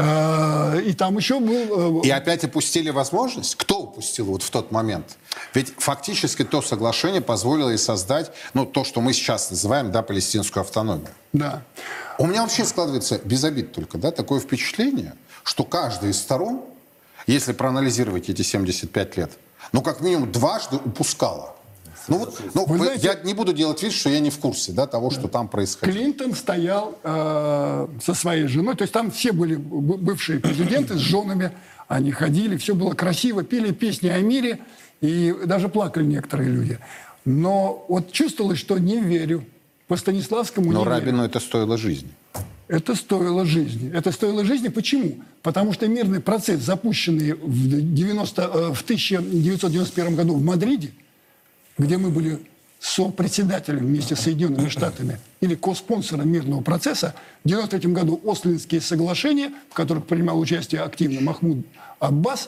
э, и там еще был... Э... И опять упустили возможность? Кто упустил вот в тот момент? Ведь фактически то соглашение позволило и создать, ну, то, что мы сейчас называем, да, палестинскую автономию. Да. У меня вообще складывается, без обид только, да, такое впечатление, что каждая из сторон, если проанализировать эти семьдесят пять лет, ну, как минимум дважды упускала. Ну, вот, ну, вы, знаете, я не буду делать вид, что я не в курсе, да, того, да. что там происходило. Клинтон стоял э, со своей женой, то есть там все были бывшие президенты с женами, они ходили, все было красиво, пели песни о мире, и даже плакали некоторые люди. Но вот чувствовалось, что не верю. По Станиславскому Но не Рабину верю. это стоило жизни. Это стоило жизни. Это стоило жизни. Почему? Потому что мирный процесс, запущенный в, девяносто, в тысяча девятьсот девяносто первом году в Мадриде, где мы были сопредседателем вместе с Соединенными Штатами или коспонсором мирного процесса, в девяносто третьем году Ослинские соглашения, в которых принимал участие активно Махмуд Аббас,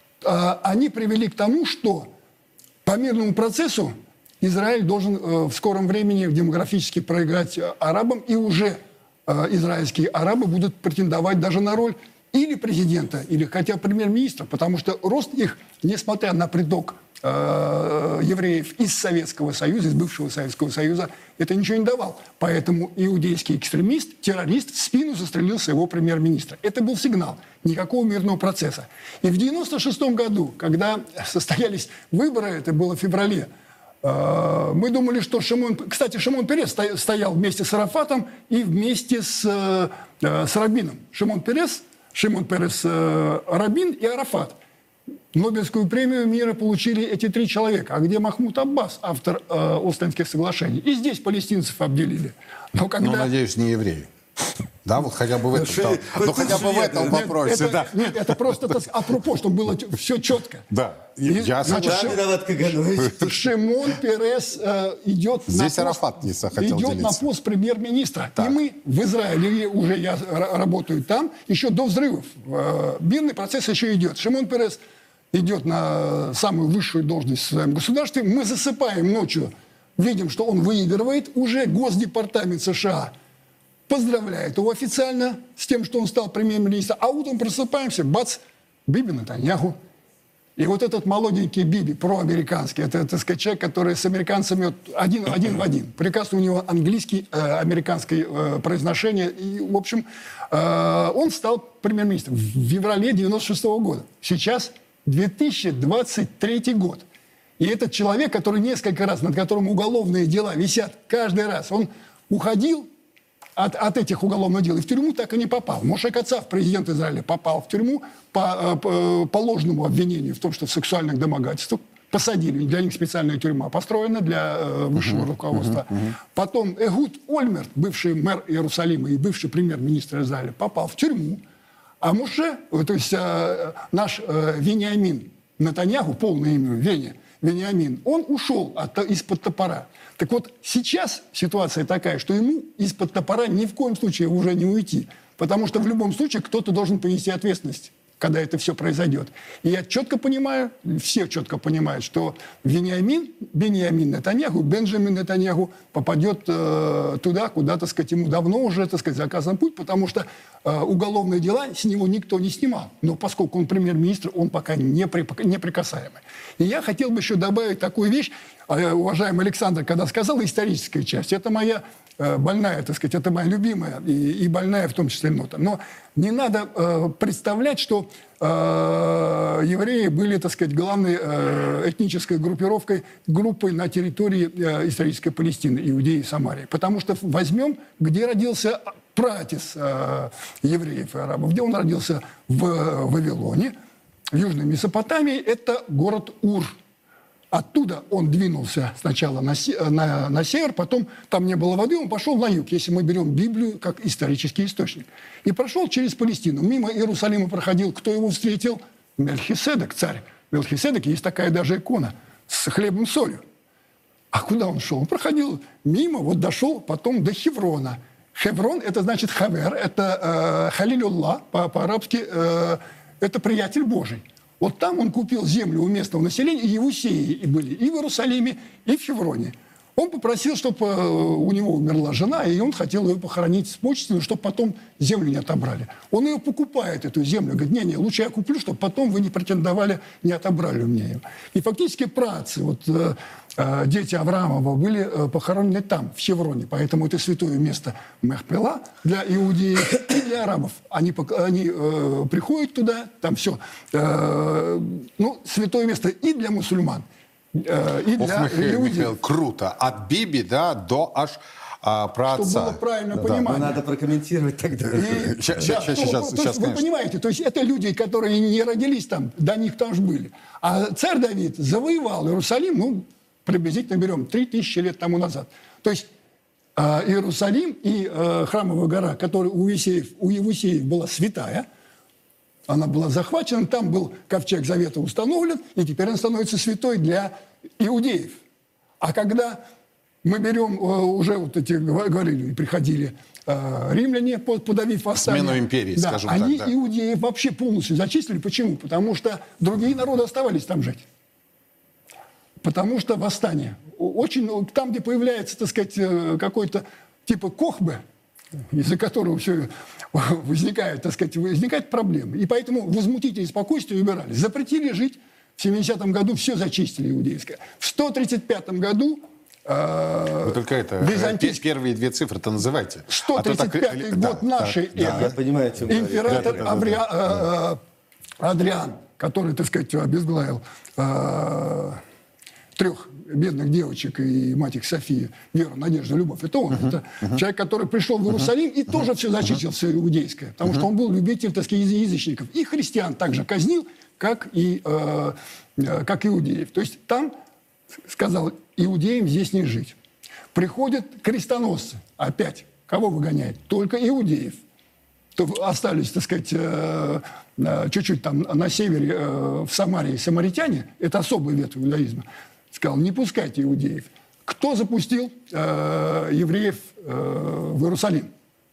они привели к тому, что по мирному процессу Израиль должен э, в скором времени демографически проиграть э, арабам, и уже э, израильские арабы будут претендовать даже на роль или президента, или хотя бы премьер-министра, потому что рост их, несмотря на приток э, евреев из Советского Союза, из бывшего Советского Союза, это ничего не давал. Поэтому иудейский экстремист, террорист в спину застрелил своего премьер-министра. Это был сигнал. Никакого мирного процесса. И в девяносто шестом году, когда состоялись выборы, это было в феврале, мы думали, что Шимон... Кстати, Шимон Перес стоял вместе с Арафатом и вместе с, с Рабином. Шимон Перес, Шимон Перес, Рабин и Арафат. Нобелевскую премию мира получили эти три человека. А где Махмуд Аббас, автор э, Ослинских соглашений? И здесь палестинцев обделили. Но когда... Ну, надеюсь, не евреи. Да, вот хотя бы в этом, Шеи, ну, хотя бы в этом нет, вопросе, это, да. Нет, это просто так, апропos, чтобы было все четко. Да, И, я значит, Шим... Шимон Перес э, идет, Здесь на Арафат не хотел идет делиться. на пост премьер-министра. И мы в Израиле, уже я работаю там, еще до взрывов. Э, мирный процесс еще идет. Шимон Перес идет на самую высшую должность в своем государстве. Мы засыпаем ночью, видим, что он выигрывает. Уже Госдепартамент США поздравляет его официально с тем, что он стал премьер-министром. А утром просыпаемся, бац, Биби Нетаньяху. И вот этот молоденький Биби, проамериканский, это, так сказать, человек, который с американцами вот, один, один в один. Прекрасно у него английский, э, американское э, произношение. И, в общем, э, он стал премьер-министром в феврале девяносто шестого года. Сейчас две тысячи двадцать третий год. И этот человек, который несколько раз, над которым уголовные дела висят каждый раз, он уходил От, от этих уголовных дел и в тюрьму так и не попал. Мошек Ацав, президент Израиля, попал в тюрьму по, по, по ложному обвинению в том, что в сексуальных домогательствах посадили. Для них специальная тюрьма построена для э, высшего uh-huh, руководства. Uh-huh, uh-huh. Потом Эгуд Ольмерт, бывший мэр Иерусалима и бывший премьер-министр Израиля, попал в тюрьму. А Моше, то есть э, наш э, Вениамин Нетаньяху, полное имя Веня, Вениамин, он ушел от, из-под топора. Так вот, сейчас ситуация такая, что ему из-под топора ни в коем случае уже не уйти. Потому что в любом случае кто-то должен понести ответственность, когда это все произойдет. И я четко понимаю, все четко понимают, что Вениамин, Беньямин Нетаньяху, Бенджамин Нетаньяху попадет э, туда, куда, так сказать, ему давно уже, так сказать, заказан путь, потому что э, уголовные дела с него никто не снимал. Но поскольку он премьер-министр, он пока не неприкасаемый. И я хотел бы еще добавить такую вещь, э, уважаемый Александр, когда сказал историческая часть, это моя э, больная, так сказать, это моя любимая и, и больная в том числе нота. Но не надо э, представлять, что э, евреи были, так сказать, главной э, этнической группировкой, группой на территории э, исторической Палестины, Иудеи и Самарии. Потому что возьмем, где родился праотец э, евреев и арабов, где он родился в Вавилоне, в Южной Месопотамии, это город Ур. Оттуда он двинулся сначала на, на, на север, потом там не было воды, он пошел на юг, если мы берем Библию как исторический источник. И прошел через Палестину. Мимо Иерусалима проходил, кто его встретил? Мельхиседек, царь. Мельхиседек, есть такая даже икона с хлебом солью. А куда он шел? Он проходил мимо, вот дошел потом до Хеврона. Хеврон – это значит хавер, это э, халилюллах, по- по-арабски э, это приятель Божий. Вот там он купил землю у местного населения, и Евусеи были и в Иерусалиме, и в Хевроне. Он попросил, чтобы у него умерла жена, и он хотел ее похоронить с почестями, чтобы потом землю не отобрали. Он ее покупает, эту землю. Говорит, не-не, лучше я куплю, чтобы потом вы не претендовали, не отобрали у меня ее. И фактически праотцы, вот, э, э, дети Авраамова, были э, похоронены там, в Хевроне. Поэтому это святое место Мехпела для иудеев и для арабов. Они, они э, приходят туда, там все. Э, ну, святое место и для мусульман. И для Ох, Михаил, иудеев. Михаил, круто. От Биби, да, до аж а, праотца. Чтобы было правильно Да. понимание. Ну, надо прокомментировать тогда. И- Щас, да, щас, ну, щас, то есть щас, вы конечно. понимаете, то есть это люди, которые не родились там, до них там же были. А царь Давид завоевал Иерусалим, ну, приблизительно берем, три тысячи лет тому назад. То есть э, Иерусалим и э, Храмовая гора, которая у Евсеев, у Евусеев была святая, она была захвачена, там был ковчег Завета установлен, и теперь он становится святой для иудеев. А когда мы берем, э, уже вот эти гва- говорили, приходили э, римляне, под- подавив восстание. Смену империи, да, скажем они так, да. иудеев вообще полностью зачислили. Почему? Потому что другие народы оставались там жить. Потому что восстание. Очень, ну, там, где появляется, так сказать, э, какой-то типа Кохбе, из-за которого все возникает, так сказать, возникают проблемы. И поэтому возмутители спокойствия убирали. Запретили жить. В семидесятом году все зачистили иудейское. В сто тридцать пятом году э, Вы только это, византийский- первые две цифры-то называйте. сто А то так- тридцать пятый да, год нашей да, эры. да. Я понимаю, о чем говорите. Император Да, да, да, Авриа- э, э, Адриан, который, так сказать, обезглавил э, трех бедных девочек и мать их София, веру, надежду, любовь. Это он. Это человек, который пришел в Иерусалим и тоже все зачистил, все иудейское. Потому что он был любитель, так сказать, язычников. И христиан также казнил, как и э, э, как иудеев. То есть там, сказал, иудеям здесь не жить. Приходят крестоносцы. Опять. Кого выгоняют? Только иудеев. То остались, так сказать, э, э, чуть-чуть там на севере, э, в Самарии, самаритяне. Это особый ветвь иудаизма. Сказал, не пускайте иудеев. Кто запустил э, евреев э, в Иерусалим?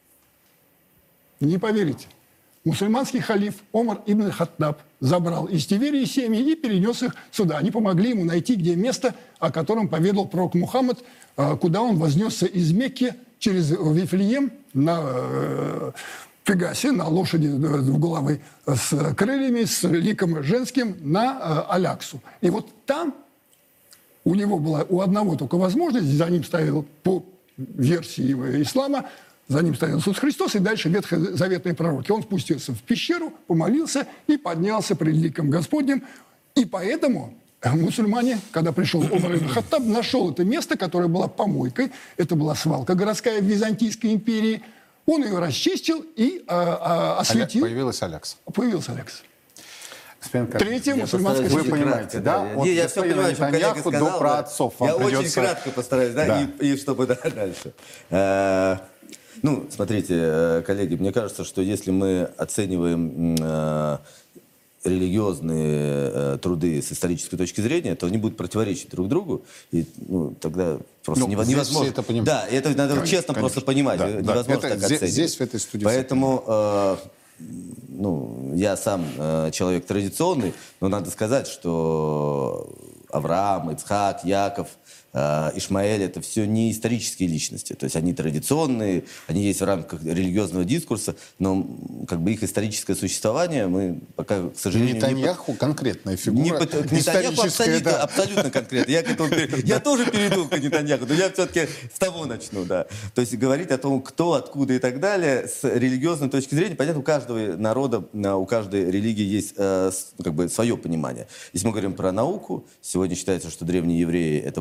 Не поверите. Мусульманский халиф Омар ибн Хаттаб забрал из Тиверии семьи и перенес их сюда. Они помогли ему найти, где место, о котором поведал пророк Мухаммад, э, куда он вознесся из Мекки через Вифлеем на э, Пегасе, на лошади двуглавой с крыльями, с ликом женским на э, Аляксу. И вот там у него была у одного только возможность, за ним стоял, по версии ислама, за ним стоял Иисус Христос, и дальше ветхозаветные пророки. Он спустился в пещеру, помолился и поднялся пред ликом Господним. И поэтому мусульмане, когда пришел Омар ибн Хаттаб, нашел это место, которое было помойкой. Это была свалка городская в Византийской империи. Он ее расчистил и а, а, осветил. Появилась Алякса. Появился Алекс. Третье мусульманское Вы святыня. понимаете, да? Я, От я все понимаю, что коллега Нетаньяху сказал. до да. праотцов вам Я очень придется- кратко постараюсь, да, Да. И, и чтобы да, дальше. Э, ну, смотрите, э, коллеги, мне кажется, что если мы оцениваем э, религиозные э, труды с исторической точки зрения, то они будут противоречить друг другу, и ну, тогда просто Ну, нево- здесь невозможно. все это понимают. Да, и это надо Конечно, честно конечно. просто понимать, Да, э, да. невозможно Это так здесь- оценивать. здесь, в этой студии, все Поэтому э, ну, я сам э, человек традиционный, но надо сказать, что Авраам, Ицхак, Яков, э, Ишмаэль — это все не исторические личности. То есть они традиционные, они есть в рамках религиозного дискурса, но как бы их историческое существование мы пока, к сожалению, не... Нетаньяху конкретная фигура. Не, под- к Нетаньяху историческая, абсолютно, да. абсолютно конкретно. Я, к этому пере- я тоже перейду к Нетаньяху, но я все-таки с того начну, да. То есть говорить о том, кто, откуда и так далее, с религиозной точки зрения, понятно, у каждого народа, у каждой религии есть э, с- как бы свое понимание. Если мы говорим про науку, сегодня считается, что древние евреи — это была часть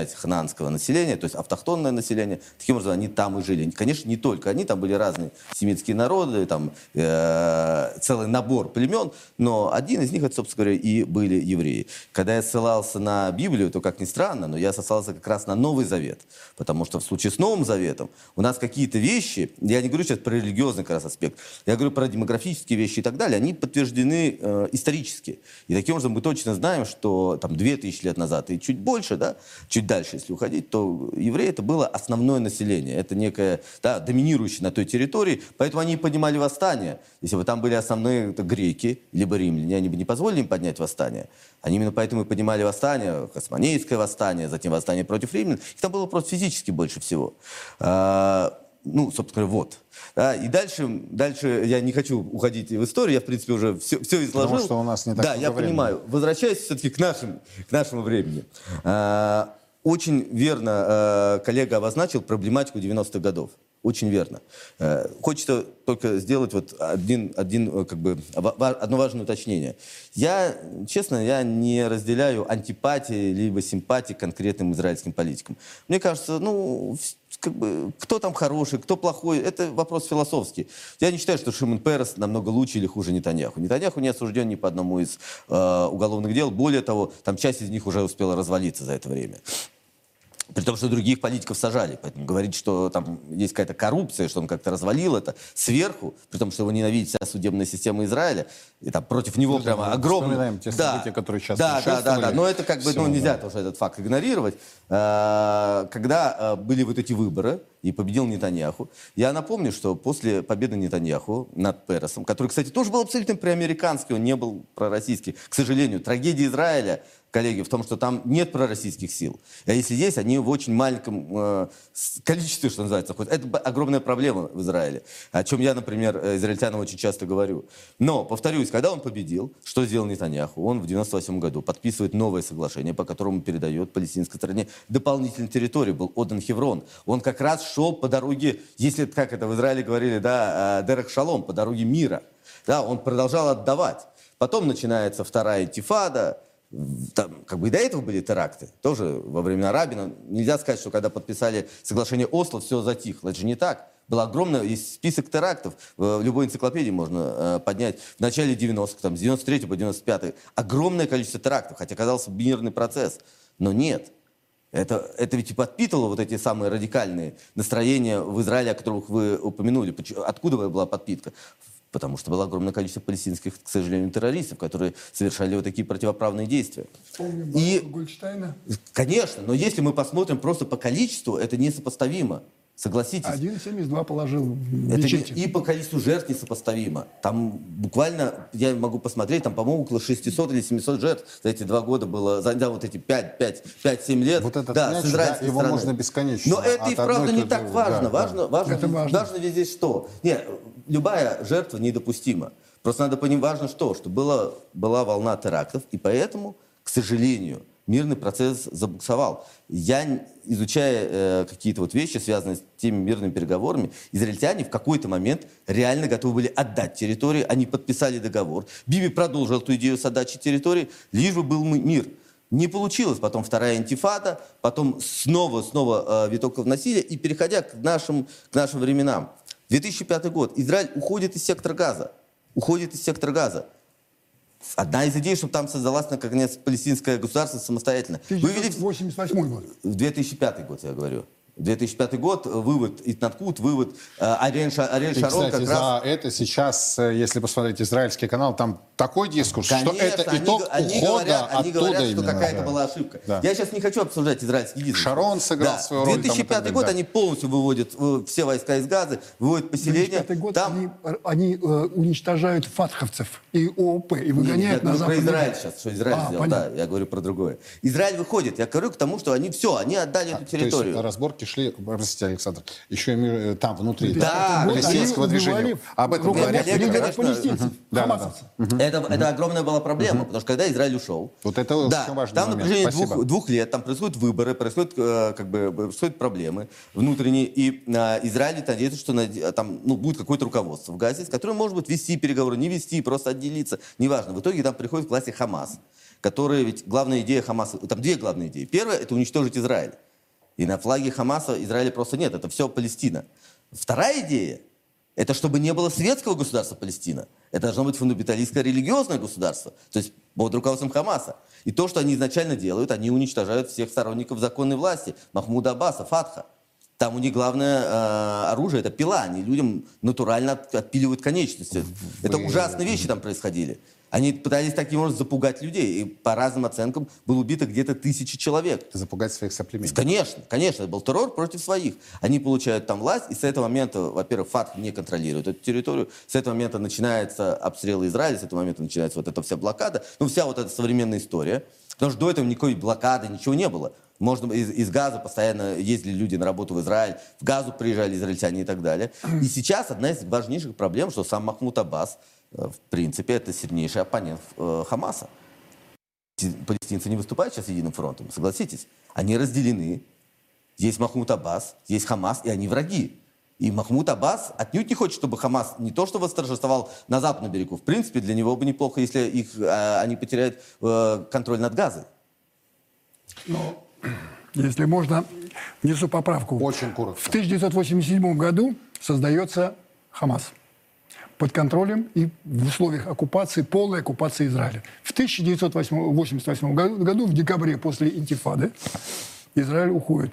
часть хананского населения, то есть автохтонное население. Таким образом, они там и жили. Конечно, не только они, там были разные семитские народы, там э, целый набор племен, но один из них, это, собственно говоря, и были евреи. Когда я ссылался на Библию, то, как ни странно, но я ссылался как раз на Новый Завет, потому что в случае с Новым Заветом у нас какие-то вещи, я не говорю сейчас про религиозный как раз аспект, я говорю про демографические вещи и так далее, они подтверждены э, исторически. И таким образом мы точно знаем, что там две тысячи лет назад и чуть больше, да, чуть дальше, если уходить, то евреи это было основное население. Это некое, да, доминирующее на той территории, поэтому они поднимали восстание. Если бы там были основные это, греки, либо римляне, они бы не позволили им поднять восстание. Они именно поэтому и поднимали восстание, Хасмонейское восстание, затем восстание против римлян. Их там было просто физически больше всего. А, ну, собственно говоря, вот. Да, и дальше, дальше я не хочу уходить в историю, я, в принципе, уже все, все изложил. Потому что у нас не так Да, я времени. Понимаю. Возвращаясь все-таки к, нашим, к нашему времени. А, очень верно а, коллега обозначил проблематику девяностых годов. Очень верно. А, хочется только сделать вот один, один, как бы, одно важное уточнение. Я, честно, я не разделяю антипатии либо симпатии к конкретным израильским политикам. Мне кажется, ну... Как бы, кто там хороший, кто плохой, это вопрос философский. Я не считаю, что Шимон Перес намного лучше или хуже Нетаньяху. Нетаньяху не осужден ни по одному из э, уголовных дел. Более того, там часть из них уже успела развалиться за это время. При том, что других политиков сажали. Поэтому говорить, что там есть какая-то коррупция, что он как-то развалил это сверху, при том, что его ненавидит вся судебная система Израиля, и там против него ну, прямо огромный... Вспоминаем те да, события, которые сейчас да, да, да, да, но это как бы, Все, ну, нельзя да. тоже этот факт игнорировать. Когда были вот эти выборы, и победил Нетаньяху, я напомню, что после победы Нетаньяху над Пересом, который, кстати, тоже был абсолютно проамериканский, он не был пророссийский, к сожалению, трагедия Израиля, коллеги, в том, что там нет пророссийских сил. А если есть, они в очень маленьком э, количестве, что называется, ходят. Это огромная проблема в Израиле, о чем я, например, израильтянам очень часто говорю. Но, повторюсь, когда он победил, что сделал Нетаньяху? Он в девяносто восьмом году подписывает новое соглашение, по которому передает палестинской стране дополнительную территорию. Был отдан Хеврон. Он как раз шел по дороге, если, как это в Израиле говорили, да, Дерех Шалом, по дороге мира. Да, он продолжал отдавать. Потом начинается вторая интифада. Там, как бы и до этого были теракты, тоже во времена Рабина. Нельзя сказать, что когда подписали соглашение Осло, все затихло. Это же не так. Было огромное, есть список терактов, в любой энциклопедии можно э, поднять. В начале девяностых, там, с девяносто третьего по девяносто пятый, огромное количество терактов, хотя казался мирный процесс. Но нет. Это, это ведь и подпитывало вот эти самые радикальные настроения в Израиле, о которых вы упомянули. Откуда была подпитка? Потому что было огромное количество палестинских, к сожалению, террористов, которые совершали вот такие противоправные действия. Вспомним и, Гольдштейна. Конечно, но если мы посмотрим просто по количеству, это несопоставимо. Согласитесь. один целых семьдесят два положил в Это мечети. и по количеству жертв несопоставимо. Там буквально, я могу посмотреть, там, по-моему, около шестисот или семисот жертв за эти два года было, за да, вот эти пять-семь лет. Вот этот да, мяч, с израильской да, его стороны. можно бесконечно. Но это и правда не так важно. Да, важно, да. важно, Это важно. важно ведь здесь что? Нет, любая жертва недопустима. Просто надо понимать, важно что, что была, была волна терактов, и поэтому, к сожалению, мирный процесс забуксовал. Я, изучая э, какие-то вот вещи, связанные с теми мирными переговорами, израильтяне в какой-то момент реально готовы были отдать территории, они подписали договор. Биби продолжил эту идею с отдачей территории, лишь бы был мир. Не получилось. Потом вторая интифада, потом снова-снова э, виток насилия, и переходя к нашим, к нашим временам. две тысячи пятый год. Израиль уходит из сектора Газа. Уходит из сектора Газа. Одна из идей, чтобы там создалась, наконец, палестинское государство самостоятельно. тысяча девятьсот восемьдесят восьмой год. В две тысячи пятый год, я говорю. две тысячи пятый год, вывод Итнаткут, вывод э, Ариэль, Ша, Ариэль И, Шарон кстати, как раз... за это сейчас, если посмотреть израильский канал, там такой дискурс, Конечно, что это они, итог они ухода говорят, они оттуда говорят, что именно. какая-то Да. была ошибка. Да. Я сейчас не хочу обсуждать израильский дискурс. Шарон сыграл да. свою роль. две тысячи пятый год, да. Они полностью выводят э, все войска из Газы, выводят поселения. две тысячи пятый год там... они, они э, уничтожают фатховцев и ООП, и выгоняют Нет, я на говорю про запад. Израиль сейчас, что Израиль А, сделал. понятно. Да, я говорю про другое. Израиль выходит. Я говорю к тому, что они все, они отдали А, эту территорию. То есть разборки шли, простите, Александр, еще и мир- там внутри Да, да, вот палестинского они движения. убивали Об этом руководство говорят. коллега, Да, конечно, палестинцев, да, да, хамасовцев. Это, это огромная была проблема, потому что когда Израиль ушел, Вот это да, очень важный там на момент. протяжении Спасибо. двух, двух лет там происходят выборы, происходят, э, как бы, происходят проблемы внутренние, и э, Израиль надеется, что наде- там ну, будет какое-то руководство в Газе, с которым может быть вести переговоры, не вести, просто отделиться, неважно. В итоге там приходит к власти Хамас, которые... Ведь главная идея Хамаса... Там две главные идеи. Первая – это уничтожить Израиль. И на флаге Хамаса Израиля просто нет. Это все Палестина. Вторая идея – это чтобы не было светского государства Палестина. Это должно быть фундаменталистское религиозное государство. То есть под руководством Хамаса. И то, что они изначально делают, они уничтожают всех сторонников законной власти. Махмуда Аббаса, Фатха. Там у них главное э, оружие – это пила. Они людям натурально от, отпиливают конечности. Вы... Это ужасные вещи там происходили. Они пытались таким образом запугать людей. И по разным оценкам было убито где-то тысячи человек. Запугать своих соплеменников. Конечно, конечно. Это был террор против своих. Они получают там власть, и с этого момента, во-первых, Фатх не контролирует эту территорию. С этого момента начинается обстрел Израиля, с этого момента начинается вот эта вся блокада. Ну, вся вот эта современная история. Потому что до этого никакой блокады, ничего не было. Можно, из, из Газа постоянно ездили люди на работу в Израиль, в Газу приезжали израильтяне и так далее. И сейчас одна из важнейших проблем, что сам Махмуд Аббас, в принципе, это сильнейший оппонент э, Хамаса. Палестинцы не выступают сейчас единым фронтом, согласитесь. Они разделены. Есть Махмуд Аббас, есть Хамас, и они враги. И Махмуд Аббас отнюдь не хочет, чтобы Хамас не то что восторжествовал на западном берегу. В принципе, для него бы неплохо, если их, э, они потеряют э, контроль над Газой. Но, если можно, внесу поправку. Очень коротко. В тысяча девятьсот восемьдесят седьмом году создается Хамас под контролем и в условиях оккупации, полной оккупации Израиля. В тысяча девятьсот восемьдесят восьмом году, в декабре, после интифады, Израиль уходит.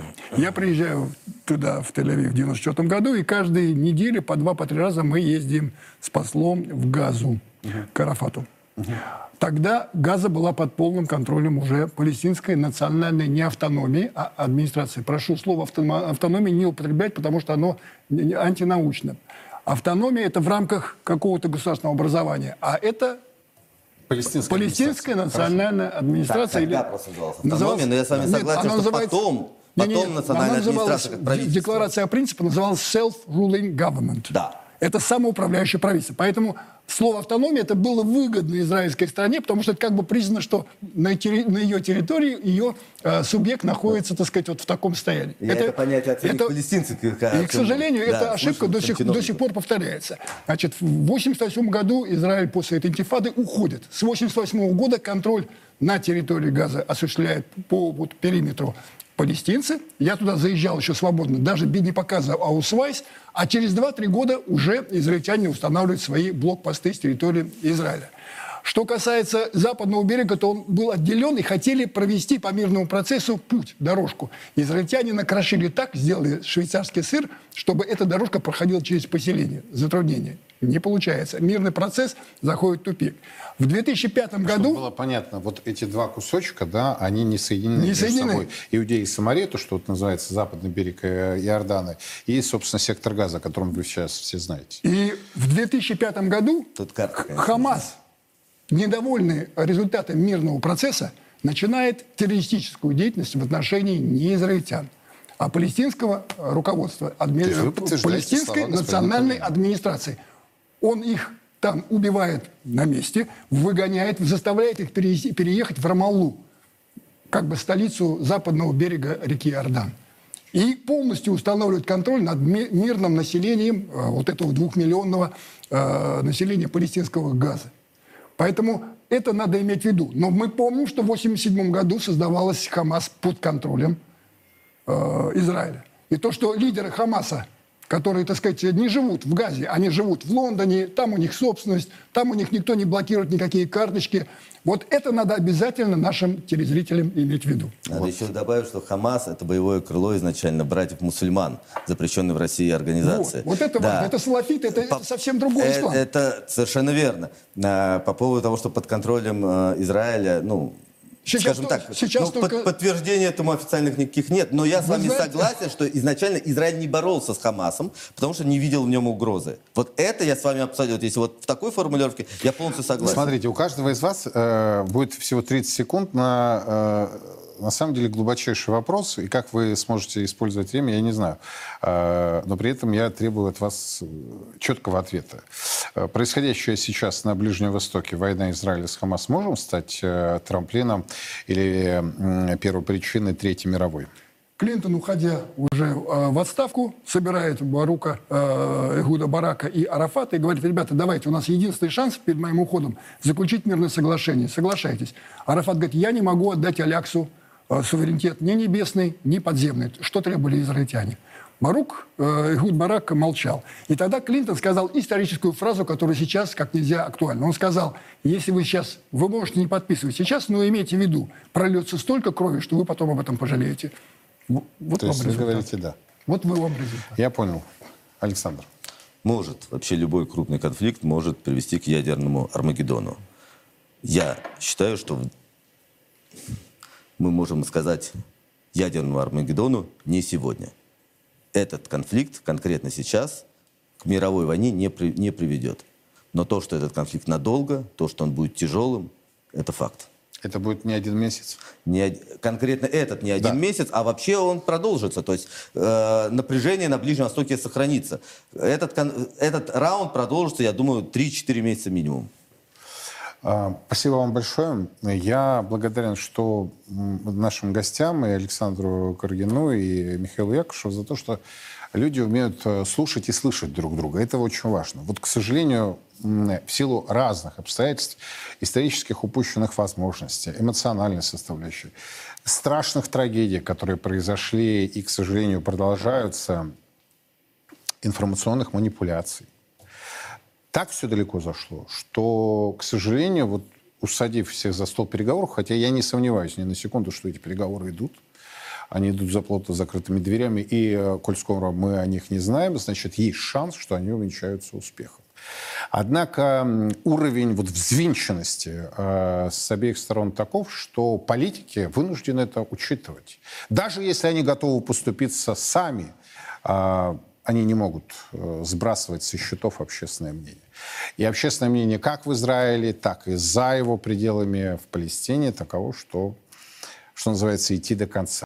Я приезжаю туда, в Тель-Авив, в девяносто четвёртом году, и каждые недели по два, по три раза мы ездим с послом в Газу, uh-huh. к Арафату. Uh-huh. Тогда Газа была под полным контролем уже палестинской национальной не автономии, а администрации. Прошу слово автономии не употреблять, потому что оно антинаучно. Автономия – это в рамках какого-то государственного образования, а это палестинская, палестинская национальная администрация. Так, тогда просто называлась автономия, но я с вами согласен, Нет, что называется... потом, не, не, потом национальная администрация как правительство. Декларация о принципе называлась self-ruling government. Да. Это самоуправляющее правительство. Поэтому слово «автономия» это было выгодно израильской стране, потому что это как бы признано, что на, терри... на ее территории ее э, субъект находится, так сказать, вот в таком состоянии. Я это, это понятие оцениваю это... палестинцев. И, к сожалению, да, эта ошибка до сих, до сих пор повторяется. Значит, в восемьдесят восьмом году Израиль после этой интифады уходит. С восемьдесят восьмого года контроль на территории Газа осуществляет по вот, периметру палестинцы. Я туда заезжал еще свободно, даже не показывал Аусвайс, а через два-три года уже израильтяне устанавливают свои блокпосты с территории Израиля. Что касается западного берега, то он был отделен и хотели провести по мирному процессу путь, дорожку. Израильтяне накрошили так, сделали швейцарский сыр, чтобы эта дорожка проходила через поселение. Затруднение. Не получается. Мирный процесс заходит в тупик. В две тысячи пятом году... Чтобы было понятно, вот эти два кусочка, да, они не соединены не между соединены. собой. Иудея и Самария, то, что вот называется западный берег Иордана, и, собственно, сектор Газа, о котором вы сейчас все знаете. И в две тысячи пятом году Тут карта, конечно, Хамас, недовольный результатом мирного процесса, начинает террористическую деятельность в отношении не израильтян, а палестинского руководства, адми... палестинской национальной администрации. Он их там убивает на месте, выгоняет, заставляет их переехать в Рамаллу, как бы столицу западного берега реки Иордан. И полностью устанавливает контроль над мирным населением вот этого двухмиллионного э, населения палестинского Газа. Поэтому это надо иметь в виду. Но мы помним, что в восемьдесят седьмом году создавалась Хамас под контролем э, Израиля. И то, что лидеры Хамаса, которые, так сказать, не живут в Газе, они живут в Лондоне, там у них собственность, там у них никто не блокирует никакие карточки. Вот это надо обязательно нашим телезрителям иметь в виду. Надо вот. еще добавить, что Хамас – это боевое крыло изначально братьев-мусульман, запрещенной в России организации. Вот, вот это да. важно. Это салафиты, это, по... это совсем другой это, ислам. Это совершенно верно. По поводу того, что под контролем Израиля, ну, Сейчас скажем только, так, сейчас ну, только... под, подтверждений этому официальных никаких нет. Но я с вами знаете... согласен, что изначально Израиль не боролся с Хамасом, потому что не видел в нем угрозы. Вот это я с вами абсолютно... Если вот в такой формулировке, я полностью согласен. Смотрите, у каждого из вас э, будет всего тридцать секунд на... Э, на самом деле глубочайший вопрос, и как вы сможете использовать время, я не знаю. Но при этом я требую от вас четкого ответа. Происходящее сейчас на Ближнем Востоке, война Израиля с Хамас, можем стать трамплином или первопричиной Третьей мировой? Клинтон, уходя уже э, в отставку, собирает Барука, э, Эхуда Барака и Арафата и говорит: ребята, давайте, у нас единственный шанс перед моим уходом заключить мирное соглашение. Соглашайтесь. Арафат говорит: я не могу отдать Аляксу э, суверенитет ни небесный, ни подземный, что требовали израильтяне. Барук, э, Эхуд Барак молчал. И тогда Клинтон сказал историческую фразу, которая сейчас как нельзя актуальна. Он сказал: если вы сейчас, вы можете не подписывать сейчас, но имейте в виду, прольется столько крови, что вы потом об этом пожалеете. Вот То есть вы говорите «да». Вот вы вам результат. Я понял. Александр. Может. Вообще любой крупный конфликт может привести к ядерному Армагеддону. Я считаю, что мы можем сказать ядерному Армагеддону не сегодня. Этот конфликт конкретно сейчас к мировой войне не, при, не приведет. Но то, что этот конфликт надолго, то, что он будет тяжелым, это факт. Это будет не один месяц? Не, конкретно этот не один да. месяц, а вообще он продолжится. То есть э, напряжение на Ближнем Востоке сохранится. Этот, этот раунд продолжится, я думаю, три-четыре месяца минимум. Спасибо вам большое. Я благодарен, что нашим гостям, и Александру Каргину, и Михаилу Якушеву, за то, что люди умеют слушать и слышать друг друга. Это очень важно. Вот, к сожалению, в силу разных обстоятельств, исторических упущенных возможностей, эмоциональной составляющей, страшных трагедий, которые произошли и, к сожалению, продолжаются, информационных манипуляций, так все далеко зашло, что, к сожалению, вот усадив всех за стол переговоров, хотя я не сомневаюсь ни на секунду, что эти переговоры идут, они идут за плотно закрытыми дверями, и, коль скоро мы о них не знаем, значит, есть шанс, что они увенчаются успехом. Однако уровень вот взвинченности э, с обеих сторон таков, что политики вынуждены это учитывать. Даже если они готовы поступиться сами, э, они не могут э, сбрасывать со счетов общественное мнение. И общественное мнение как в Израиле, так и за его пределами в Палестине таково, что, что называется, идти до конца.